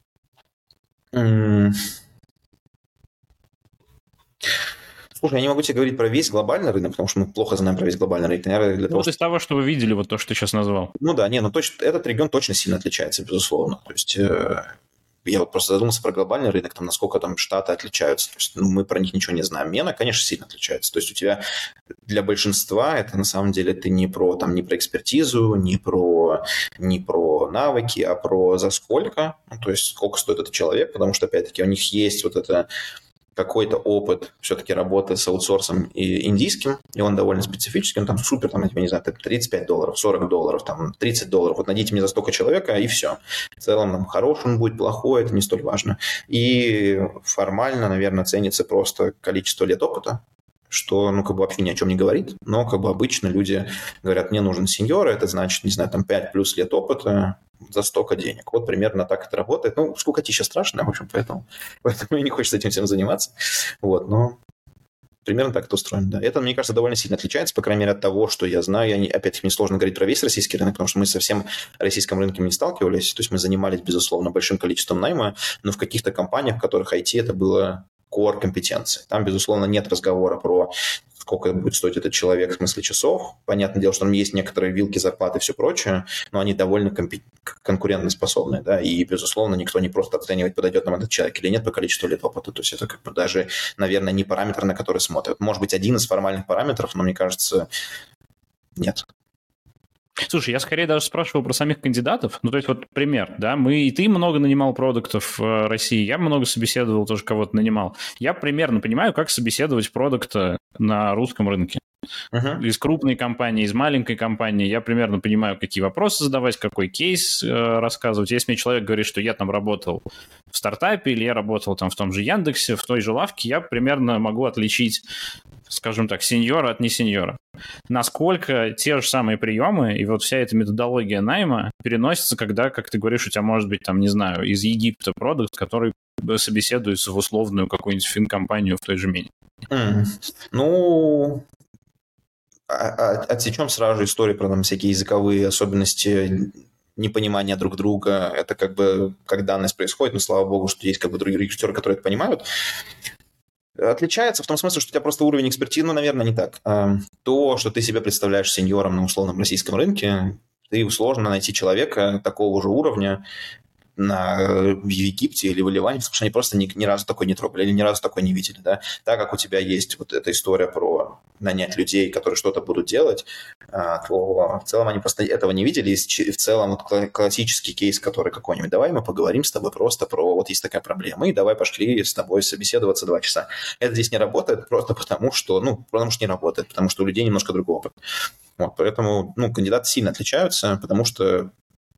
Слушай, я не могу тебе говорить про весь глобальный рынок, потому что мы плохо знаем про весь глобальный рынок. Наверное, для того, из того, что вы видели, вот то, что ты сейчас назвал. Ну да, не, ну точно, этот регион точно сильно отличается, безусловно. То есть я вот просто задумался про глобальный рынок, там, насколько там штаты отличаются. То есть, ну, мы про них ничего не знаем. Мена, конечно, сильно отличается. То есть у тебя для большинства это на самом деле ты не про экспертизу, не про навыки, а про за сколько. Ну, то есть сколько стоит этот человек, потому что, опять-таки, у них есть вот это какой-то опыт все-таки работы с аутсорсом и индийским, и он довольно специфический, он там супер, там, я не знаю, $35, $40, там, $30, вот найдите мне за столько человека, и все. В целом, там, хороший он будет, плохой, это не столь важно. И формально, наверное, ценится просто количество лет опыта, что, ну, как бы вообще ни о чем не говорит, но, как бы, обычно люди говорят, мне нужен сеньор, это значит, не знаю, там, 5 плюс лет опыта за столько денег. Вот примерно так это работает. Ну, скукотища страшная, в общем, поэтому мне не хочется этим всем заниматься. Вот, но примерно так это устроено, да. Это, мне кажется, довольно сильно отличается, по крайней мере, от того, что я знаю. Опять-таки, мне сложно говорить про весь российский рынок, потому что мы со всем российским рынком не сталкивались. То есть мы занимались, безусловно, большим количеством найма, но в каких-то компаниях, в которых IT это было core компетенции. Там, безусловно, нет разговора про сколько будет стоить этот человек в смысле часов. Понятное дело, что там есть некоторые вилки зарплаты и все прочее, но они довольно конкурентоспособные, да, и, безусловно, никто не просто оценивает, подойдет нам этот человек или нет по количеству лет опыта. То есть это как бы даже, наверное, не параметр, на который смотрят. Может быть, один из формальных параметров, но мне кажется, нет. Слушай, я скорее даже спрашивал про самих кандидатов. Ну, то есть вот пример, да, ты много нанимал продуктов в России, я много собеседовал, тоже кого-то нанимал. Я примерно понимаю, как собеседовать продукта на русском рынке. Из крупной компании, из маленькой компании. Я примерно понимаю, какие вопросы задавать, какой кейс рассказывать. Если мне человек говорит, что я там работал в стартапе или я работал там в том же Яндексе, в той же лавке, я примерно могу отличить, скажем так, сеньора от несеньора. Насколько те же самые приемы и вот вся эта методология найма переносится, когда, как ты говоришь, у тебя может быть, там, не знаю, из Египта продукт, который собеседуется в условную какую-нибудь финкомпанию в той же Мене. Ну, отсечем сразу же историю про там всякие языковые особенности, непонимание друг друга. Это как бы как данность происходит, но слава богу, что есть как бы другие рекрутеры, которые это понимают. Отличается в том смысле, что у тебя просто уровень экспертизы, ну, наверное, не так. То, что ты себя представляешь сеньором на условном российском рынке, ты сложно найти человека такого же уровня в Египте или в Ливане, потому что они просто ни разу такой не трогали или ни разу такой не видели, да. Так как у тебя есть вот эта история про нанять людей, которые что-то будут делать, то в целом они просто этого не видели. И в целом вот классический кейс, который какой-нибудь, давай мы поговорим с тобой просто про вот есть такая проблема, и давай пошли с тобой собеседоваться 2 часа. Это здесь не работает просто потому, что не работает, потому что у людей немножко другой опыт. Вот, поэтому, кандидаты сильно отличаются, потому что.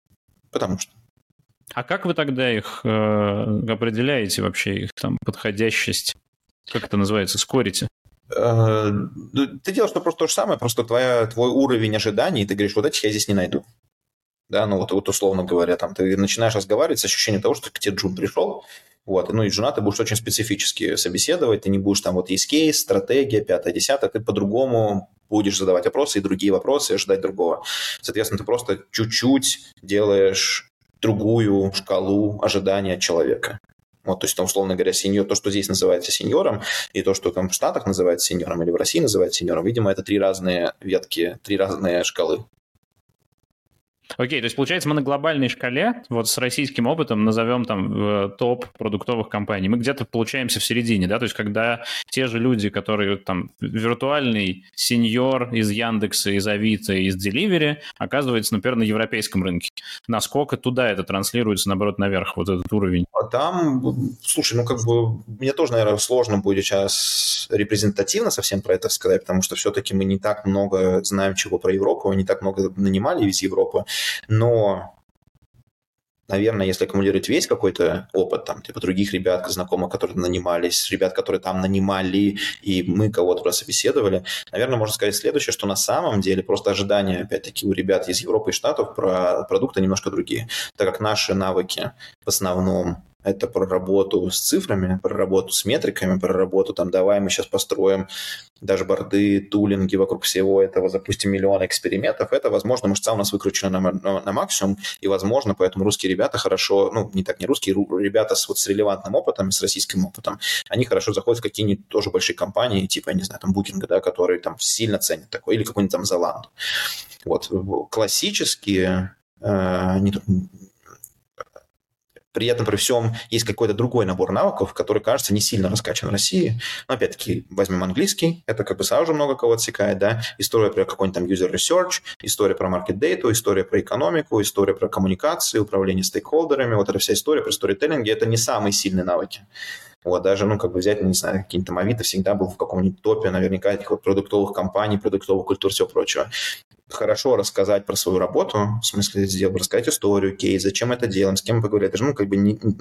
А как вы тогда их определяете вообще, их там подходящесть? Как это называется? Скорите? Ты делаешь просто то же самое, просто твой уровень ожиданий, ты говоришь, вот этих я здесь не найду. Да, вот условно говоря, там ты начинаешь разговаривать с ощущением того, что к тебе джун пришел, вот, и джуна ты будешь очень специфически собеседовать, ты не будешь там, вот есть кейс, стратегия, 5-10, ты по-другому будешь задавать вопросы и другие вопросы, и ожидать другого. Соответственно, ты просто чуть-чуть делаешь другую шкалу ожидания от человека. Вот, то есть, там, условно говоря, сеньор, то, что здесь называется сеньором, и то, что там в Штатах называется сеньором или в России называется сеньором, видимо, это 3 разные ветки, 3 разные шкалы. Окей, то есть, получается, мы на глобальной шкале, вот с российским опытом, назовем там топ продуктовых компаний, мы где-то получаемся в середине, да, то есть, когда те же люди, которые там виртуальный сеньор из Яндекса, из Авито, из Delivery, оказывается, например, на европейском рынке. Насколько туда это транслируется, наоборот, наверх, вот этот уровень? А там, слушай, мне тоже, наверное, сложно будет сейчас репрезентативно совсем про это сказать, потому что все-таки мы не так много знаем чего про Европу, мы не так много нанимали из Европы. Но, наверное, если аккумулировать весь какой-то опыт, там, типа других ребят, знакомых, которые нанимались, ребят, которые там нанимали, и мы кого-то собеседовали, наверное, можно сказать следующее, что на самом деле просто ожидания, опять-таки, у ребят из Европы и Штатов про продукты немножко другие, так как наши навыки в основном это про работу с цифрами, про работу с метриками, про работу там, давай мы сейчас построим дашборды, тулинги вокруг всего этого, запустим миллион экспериментов. Это, возможно, мышца у нас выкручена на максимум, и, возможно, поэтому русские ребята хорошо, ну, не русские, ребята с релевантным опытом, с российским опытом, они хорошо заходят в какие-нибудь тоже большие компании, типа, я не знаю, там, Booking, да, которые там сильно ценят такое, или какой-нибудь там Zalando. Вот. Классические при этом, при всем, есть какой-то другой набор навыков, который, кажется, не сильно раскачан в России. Но, опять-таки, возьмем английский, это как бы сразу же много кого отсекает, да. История про какой-нибудь там user research, история про market data, история про экономику, история про коммуникации, управление стейкхолдерами. Вот эта вся история про сторителлинги – это не самые сильные навыки. Вот, даже, ну, как бы взять, не знаю, какие-нибудь там Авито всегда был в каком-нибудь топе, наверняка, этих вот продуктовых компаний, продуктовых культур, всего прочего. Хорошо рассказать про свою работу, в смысле рассказать историю, кейс, зачем это делаем, с кем мы поговорили. Это же, ну, как бы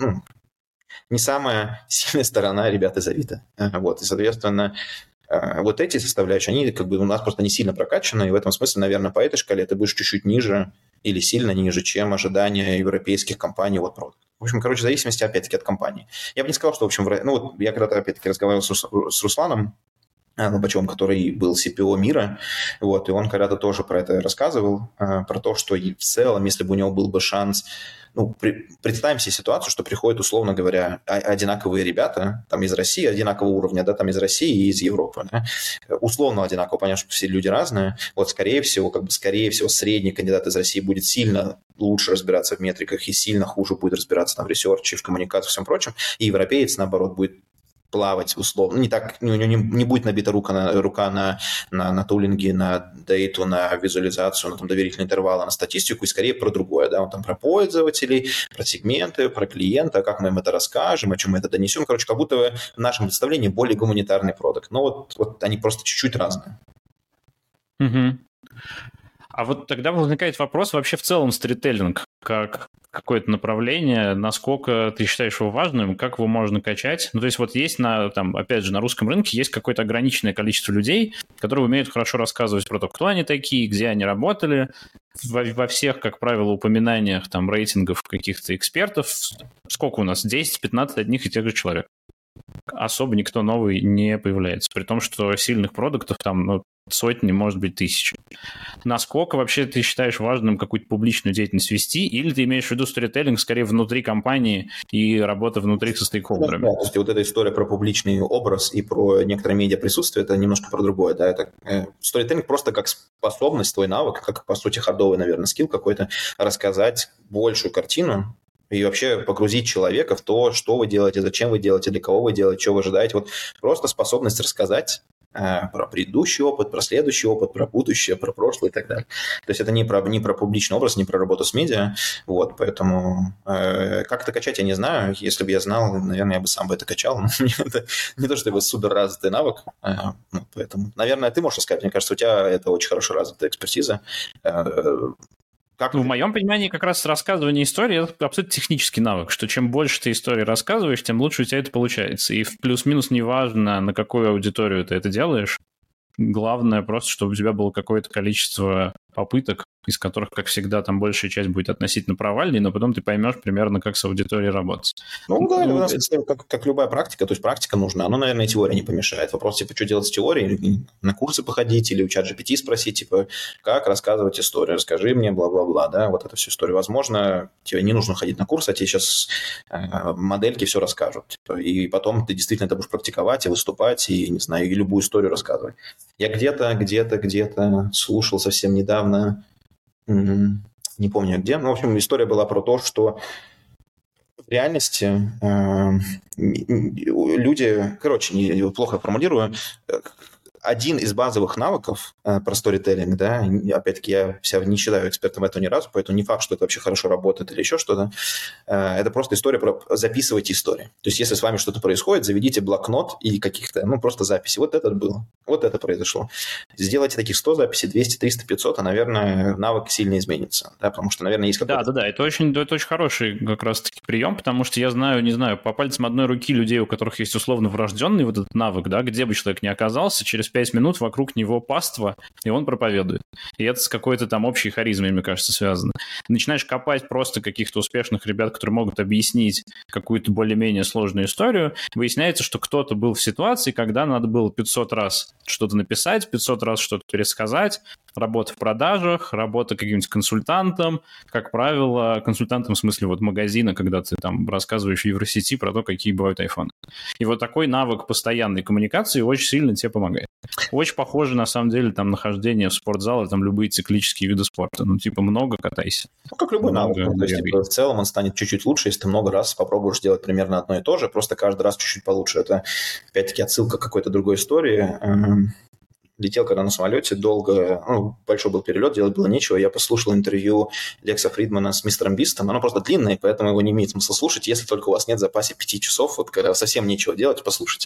не самая сильная сторона ребят из Авито. Вот, и, соответственно, вот эти составляющие, они как бы у нас просто не сильно прокачаны, и в этом смысле, наверное, по этой шкале ты будешь чуть-чуть ниже или сильно ниже, чем ожидания европейских компаний от продукта. В общем, короче, в зависимости, опять-таки, от компании. Я бы не сказал, что, в общем, ну, вот я когда-то, опять-таки, разговаривал с Русланом Лобачевым, который был CPO мира, вот, и он когда-то тоже про это рассказывал, про то, что в целом, если бы у него был бы шанс, ну, представим себе ситуацию, что приходят, условно говоря, одинаковые ребята, там, из России, одинакового уровня, да, там, из России и из Европы, да, условно одинаково, понятно, что все люди разные, вот, скорее всего, средний кандидат из России будет сильно лучше разбираться в метриках и сильно хуже будет разбираться там в ресерче, в коммуникации, всем прочем, и европеец, наоборот, будет плавать условно, не так, у него не будет набита рука на тулинги, на дейту, на визуализацию, на там, доверительные интервалы, на статистику, и скорее про другое, да, он там про пользователей, про сегменты, про клиента, как мы им это расскажем, о чем мы это донесем, короче, как будто бы в нашем представлении более гуманитарный продукт, но вот они просто чуть-чуть разные. Угу. А вот тогда возникает вопрос вообще в целом сторителлинг как какое-то направление, насколько ты считаешь его важным, как его можно качать? Ну, то есть вот есть опять же, на русском рынке есть какое-то ограниченное количество людей, которые умеют хорошо рассказывать про то, кто они такие, где они работали. Во всех, как правило, упоминаниях там рейтингов каких-то экспертов, сколько у нас? 10-15 одних и тех же человек. Особо никто новый не появляется, при том, что сильных продуктов там сотни, может быть, тысячи. Насколько вообще ты считаешь важным какую-то публичную деятельность вести, или ты имеешь в виду сторителлинг скорее внутри компании и работа внутри со стейкхолдерами? Да, то есть вот эта история про публичный образ и про некоторое медиаприсутствие, это немножко про другое, да, это сторителлинг просто как способность, твой навык, как, по сути, хардовый, наверное, скилл какой-то, рассказать большую картину и вообще погрузить человека в то, что вы делаете, зачем вы делаете, для кого вы делаете, что вы ожидаете. Вот просто способность рассказать про предыдущий опыт, про следующий опыт, про будущее, про прошлое и так далее. То есть это не про публичный образ, не про работу с медиа. Вот, поэтому как это качать, я не знаю. Если бы я знал, наверное, я бы сам бы это качал. Но это не то, что это супер развитый навык. Поэтому, наверное, ты можешь сказать, мне кажется, у тебя это очень хорошо развитая экспертиза. В моем понимании как раз рассказывание истории – это абсолютно технический навык, что чем больше ты истории рассказываешь, тем лучше у тебя это получается. И плюс-минус неважно, на какую аудиторию ты это делаешь. Главное просто, чтобы у тебя было какое-то количество попыток, из которых, как всегда, там большая часть будет относительно провальной, но потом ты поймешь примерно, как с аудиторией работать. Ну да, как любая практика, то есть практика нужна, но, наверное, и теория не помешает. Вопрос, типа, что делать с теорией, на курсы походить или у ChatGPT спросить, типа, как рассказывать историю, расскажи мне, бла-бла-бла, да, вот эту всю историю. Возможно, тебе не нужно ходить на курсы, а тебе сейчас модельки все расскажут. Типа, и потом ты действительно это будешь практиковать и выступать, и, не знаю, и любую историю рассказывать. Я где-то слушал совсем недавно, не помню где, но, в общем, история была про то, что в реальности люди, плохо формулирую, один из базовых навыков про сторителлинг, да, опять-таки я себя не считаю экспертом в этом ни разу, поэтому не факт, что это вообще хорошо работает или еще что-то. Это просто история про записывайте истории. То есть если с вами что-то происходит, заведите блокнот или каких-то, просто записи. Вот это было, вот это произошло. Сделайте таких 100 записей, 200, 300, 500, а, наверное, навык сильно изменится. Да, потому что, наверное, есть какой-то... Да, это очень хороший как раз-таки прием, потому что я знаю, не знаю, по пальцам одной руки людей, у которых есть условно врожденный вот этот навык, да, где бы человек ни оказался, через 5 минут вокруг него паства, и он проповедует. И это с какой-то там общей харизмой, мне кажется, связано. Начинаешь копать просто каких-то успешных ребят, которые могут объяснить какую-то более-менее сложную историю, выясняется, что кто-то был в ситуации, когда надо было 500 раз что-то написать, 500 раз что-то пересказать, работа в продажах, работа каким-нибудь консультантом, как правило, консультантом в смысле вот магазина, когда ты там рассказываешь в Евросети про то, какие бывают айфоны. И вот такой навык постоянной коммуникации очень сильно тебе помогает. Очень похоже, на самом деле, там, нахождение в спортзале, там, любые циклические виды спорта. Ну, типа, много катайся. Ну, как любой навык. То есть, типа, в целом он станет чуть-чуть лучше, если ты много раз попробуешь делать примерно одно и то же, просто каждый раз чуть-чуть получше. Это, опять-таки, отсылка к какой-то другой истории. Летел когда на самолете, долго, большой был перелет, делать было нечего. Я послушал интервью Лекса Фридмана с мистером Бистом. Оно просто длинное, поэтому его не имеет смысла слушать. Если только у вас нет в запасе 5 часов, вот когда совсем нечего делать, послушайте.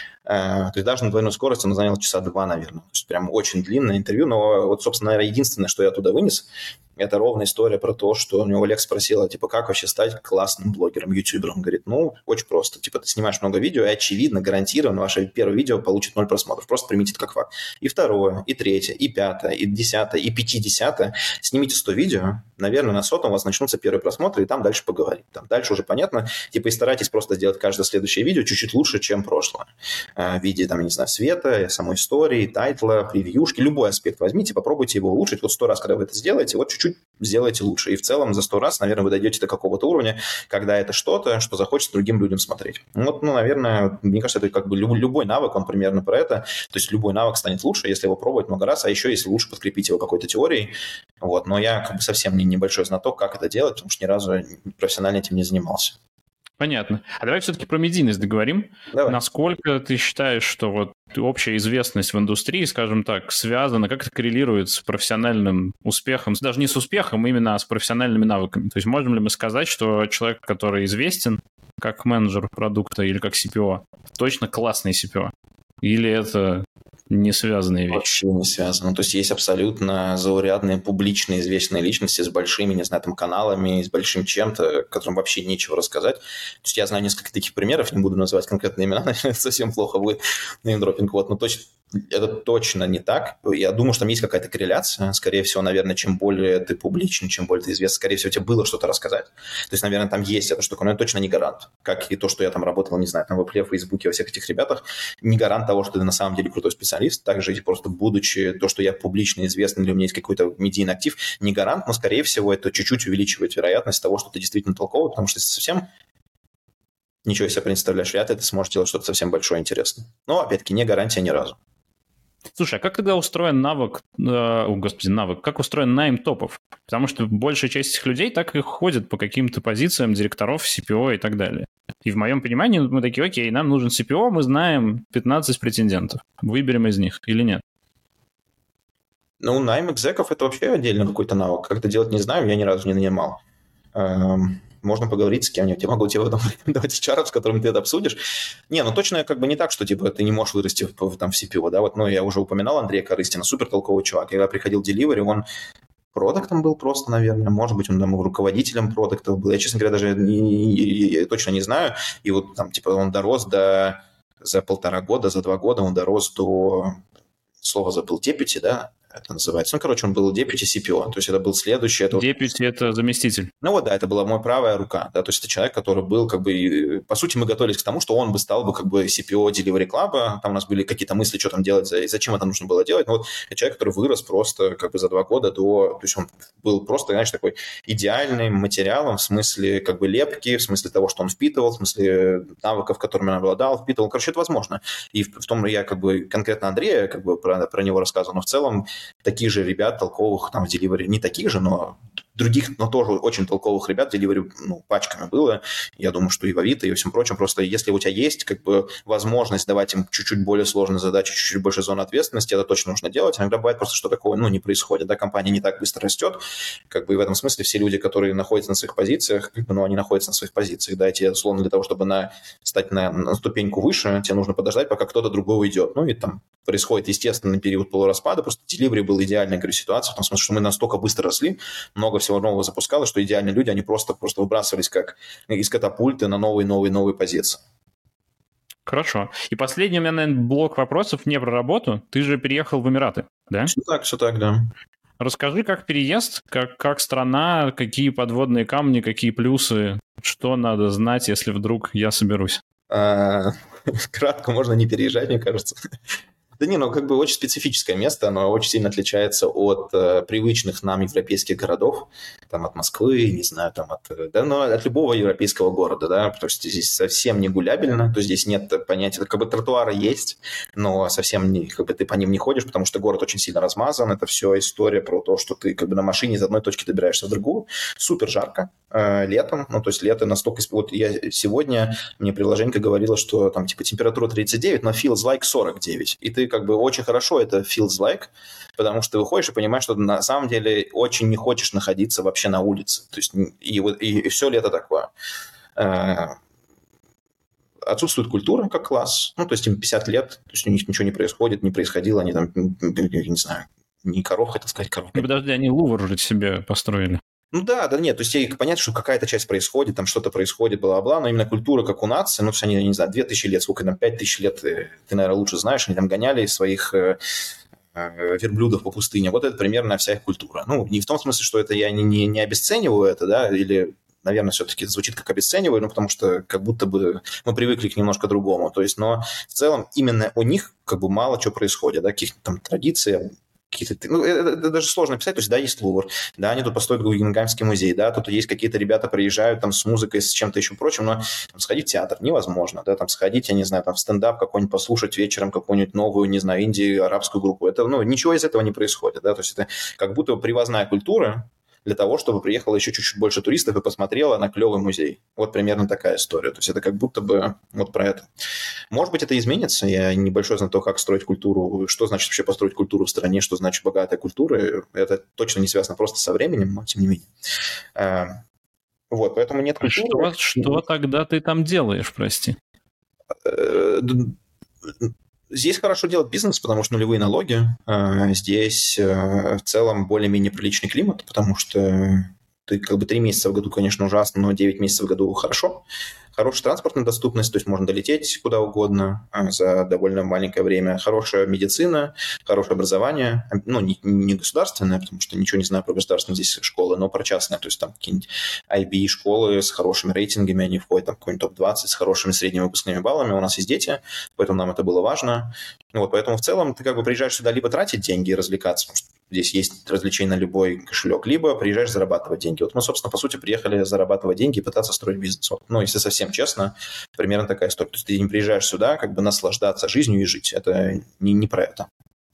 То есть даже на двойной скорости оно заняло часа 2, наверное. То есть прям очень длинное интервью. Но вот, собственно, наверное, единственное, что я оттуда вынес, это ровная история про то, что у него Лекс спросил, типа, как вообще стать классным блогером, ютубером. Он говорит, очень просто. Типа, ты снимаешь много видео, и очевидно, гарантированно, ваше первое видео получит 0 просмотров. Просто примите это как факт. И второе, и третье, и пятое, и 10, и 50. Снимите 100 видео, наверное, на 100-м у вас начнутся первые просмотры, и там дальше поговорим. Там дальше уже понятно. Типа, и старайтесь просто сделать каждое следующее видео чуть-чуть лучше, чем прошлое. В виде, там, не знаю, света, самой истории, тайтла, превьюшки. Любой аспект возьмите, попробуйте его улучшить. Вот 100 раз, когда вы это сделаете, вот чуть-чуть сделайте лучше. И в целом за 100 раз, наверное, вы дойдете до какого-то уровня, когда это что-то, что захочется другим людям смотреть. Вот, наверное, мне кажется, это как бы любой навык, он примерно про это. То есть любой навык станет лучше, если его пробовать много раз, а еще если лучше подкрепить его какой-то теорией. Вот. Но я как бы совсем не небольшой знаток, как это делать, потому что ни разу профессионально этим не занимался. Понятно. А давай все-таки про медийность договорим. Давай. Насколько ты считаешь, что вот общая известность в индустрии, скажем так, связана, как это коррелирует с профессиональным успехом, даже не с успехом, именно с профессиональными навыками? То есть можем ли мы сказать, что человек, который известен как менеджер продукта или как CPO, точно классный CPO? Или это не связанные вещи? Вообще не связано. То есть есть абсолютно заурядные, публичные, известные личности с большими, не знаю, там, каналами, с большим чем-то, которым вообще нечего рассказать. То есть я знаю несколько таких примеров, не буду называть конкретные имена, наверное, совсем плохо будет неймдропинг, но это точно не так. Я думаю, что там есть какая-то корреляция. Скорее всего, наверное, чем более ты публичен, чем более ты известен, скорее всего, тебе было что-то рассказать. То есть, наверное, там есть эта штука, но это точно не гарант. Как и то, что я там работал, не знаю, там в Apple, в Фейсбуке, во всех этих ребятах, не гарант того, что ты на самом деле крутой специалист. Также просто будучи то, что я публично известен, или у меня есть какой-то медийный актив, не гарант, но, скорее всего, это чуть-чуть увеличивает вероятность того, что ты действительно толковый, потому что если совсем ничего из себя представляешь, вряд ли ты сможешь делать что-то совсем большое и интересное. Но, опять-таки, не гарантия ни разу. Слушай, а как тогда устроен навык, как устроен найм топов? Потому что большая часть этих людей так и ходит по каким-то позициям директоров, CPO и так далее. И в моем понимании мы такие, окей, нам нужен CPO, мы знаем 15 претендентов. Выберем из них или нет? Найм экзеков – это вообще отдельно какой-то навык. Как это делать, не знаю, я ни разу не нанимал. Можно поговорить с кем-нибудь. Я могу тебе давать HR, с которым ты это обсудишь. Точно как бы не так, что типа ты не можешь вырасти в CPO, да, вот, я уже упоминал Андрея Корыстина, супер толковый чувак. Когда приходил Delivery, он продактом был просто, наверное, может быть, он там руководителем продуктов был. Я, честно говоря, даже точно не знаю. И вот там, типа, он дорос за 1,5 года, за 2 года он дорос до, слово забыл, deputy, да, это называется. Он был deputy CPO, то есть это был следующий. Deputy – это заместитель. Это была моя правая рука, да, то есть это человек, который был, как бы, по сути, мы готовились к тому, что он бы стал бы, как бы, CPO Delivery Club, там у нас были какие-то мысли, что там делать, и зачем это нужно было делать, это человек, который вырос просто, как бы, за 2 года то есть он был просто, знаешь, такой идеальным материалом в смысле, как бы, лепки, в смысле того, что он впитывал, в смысле навыков, которыми он обладал, впитывал, это возможно. И в том, я, как бы, конкретно Андрея, как бы, про него рассказывал, но в целом таких же ребят толковых там в Delivery, не таких же, но других, но тоже очень толковых ребят в Delivery пачками было. Я думаю, что и в Авито, и во всем прочем. Просто если у тебя есть как бы возможность давать им чуть-чуть более сложные задачи, чуть-чуть больше зон ответственности, это точно нужно делать. Иногда бывает просто, что такого не происходит. Да, компания не так быстро растет. Как бы и в этом смысле все люди, которые находятся на своих позициях, как бы, они находятся на своих позициях. Да, и тебе, условно, для того, чтобы стать на ступеньку выше, тебе нужно подождать, пока кто-то другой уйдет. И там происходит естественный период полураспада. Просто Delivery был идеальной, говорю, ситуация, в том смысле, что мы настолько быстро росли, много всего нового запускалось, что идеальные люди, они просто выбрасывались как из катапульты на новые позиции. Хорошо. И последний у меня, наверное, блок вопросов не про работу. Ты же переехал в Эмираты, да? Все так, да. Расскажи, как переезд, как страна, какие подводные камни, какие плюсы, что надо знать, если вдруг я соберусь. Кратко, можно не переезжать, мне кажется. Да не, ну как бы очень специфическое место, оно очень сильно отличается от привычных нам европейских городов, там от Москвы, не знаю, там от любого европейского города, да, потому что здесь совсем не гулябельно, то есть здесь нет понятия, как бы тротуары есть, но совсем не, как бы ты по ним не ходишь, потому что город очень сильно размазан, это все история про то, что ты как бы на машине из одной точки добираешься в другую, супер жарко летом, ну то есть лето настолько, вот я сегодня, мне приложение говорило, что там типа температура 39, но feels like 49, и ты как бы очень хорошо это feels like, потому что ты выходишь и понимаешь, что на самом деле очень не хочешь находиться вообще на улице. То есть и все лето такое. Отсутствует культура как класс. Ну, то есть им 50 лет, то есть у них ничего не происходит, не происходило, они там, не знаю, не коров, хотел сказать, коров. Ну, подожди, они Лувр же себе построили. Ну да, нет, то есть понятно, что какая-то часть происходит, там что-то происходит, бла-бла, но именно культура, как у нации, ну, то есть они, не знаю, 2000 лет, сколько там, 5000 лет, ты, наверное, лучше знаешь, они там гоняли своих верблюдов по пустыне. Вот это примерно вся их культура. Ну, не в том смысле, что это я не обесцениваю это, да, или, наверное, все-таки звучит как обесцениваю, ну, потому что как будто бы мы привыкли к немножко другому. То есть, но в целом именно у них как бы мало чего происходит, да, каких-то там традиций, какие-то, ну, это даже сложно писать, то есть, да, есть Лувр, да, они тут построят Гугенгамский музей, да, тут есть какие-то ребята приезжают там с музыкой, с чем-то еще прочим, но там, сходить в театр невозможно, да, там сходить, я не знаю, там в стендап какой-нибудь послушать вечером какую-нибудь новую, не знаю, арабскую группу, это, ну, ничего из этого не происходит, да, то есть это как будто привозная культура, для того, чтобы приехало еще чуть-чуть больше туристов и посмотрело на клевый музей. Вот примерно такая история. То есть это как будто бы вот про это. Может быть, это изменится. Я небольшой знаток, как строить культуру, что значит вообще построить культуру в стране, что значит богатая культура. Это точно не связано просто со временем, но тем не менее. Вот, поэтому нет культуры. Что тогда ты там делаешь, прости? Здесь хорошо делать бизнес, потому что нулевые налоги. Здесь в целом более-менее приличный климат, потому что ты как бы 3 месяца в году, конечно, ужасно, но 9 месяцев в году хорошо. Хорошая транспортная доступность, то есть можно долететь куда угодно за довольно маленькое время. Хорошая медицина, хорошее образование. Ну, не государственное, потому что ничего не знаю про государственные здесь школы, но про частные. То есть там какие-нибудь IB-школы с хорошими рейтингами, они входят там в какой-нибудь топ-20 с хорошими средними выпускными баллами. У нас есть дети, поэтому нам это было важно. Вот, поэтому в целом ты как бы приезжаешь сюда либо тратить деньги и развлекаться, потому что здесь есть развлечения на любой кошелек, либо приезжаешь зарабатывать деньги. Вот мы, собственно, по сути, приехали зарабатывать деньги и пытаться строить бизнес. Вот, ну, если совсем честно, примерно такая история. То есть ты не приезжаешь сюда как бы наслаждаться жизнью и жить. Это не про это.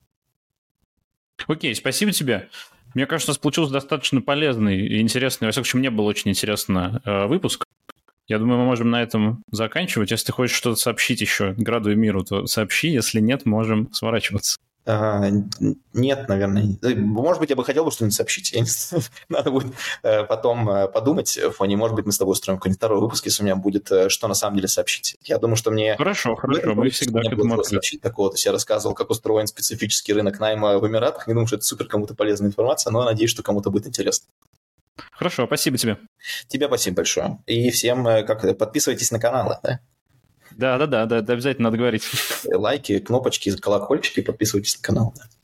Окей, спасибо тебе. Мне кажется, у нас получился достаточно полезный и интересный, во всяком случае, мне был очень интересный выпуск. Я думаю, мы можем на этом заканчивать. Если ты хочешь что-то сообщить еще Граду и миру, то сообщи. Если нет, можем сворачиваться. Нет, наверное. Может быть, я бы хотел что-нибудь сообщить. Надо будет потом подумать в фоне. Может быть, мы с тобой устроим какой-нибудь второй выпуск, если у меня будет что на самом деле сообщить. Я думаю, что мне... Хорошо. Мы всегда к этому открыты. Такого. То есть я рассказывал, как устроен специфический рынок найма в Эмиратах. Не думаю, что это супер кому-то полезная информация, но надеюсь, что кому-то будет интересно. Хорошо, спасибо тебе. Тебе спасибо большое. И всем подписывайтесь на каналы, да? Да, обязательно надо говорить. Лайки, кнопочки, колокольчики, подписывайтесь на канал. Да.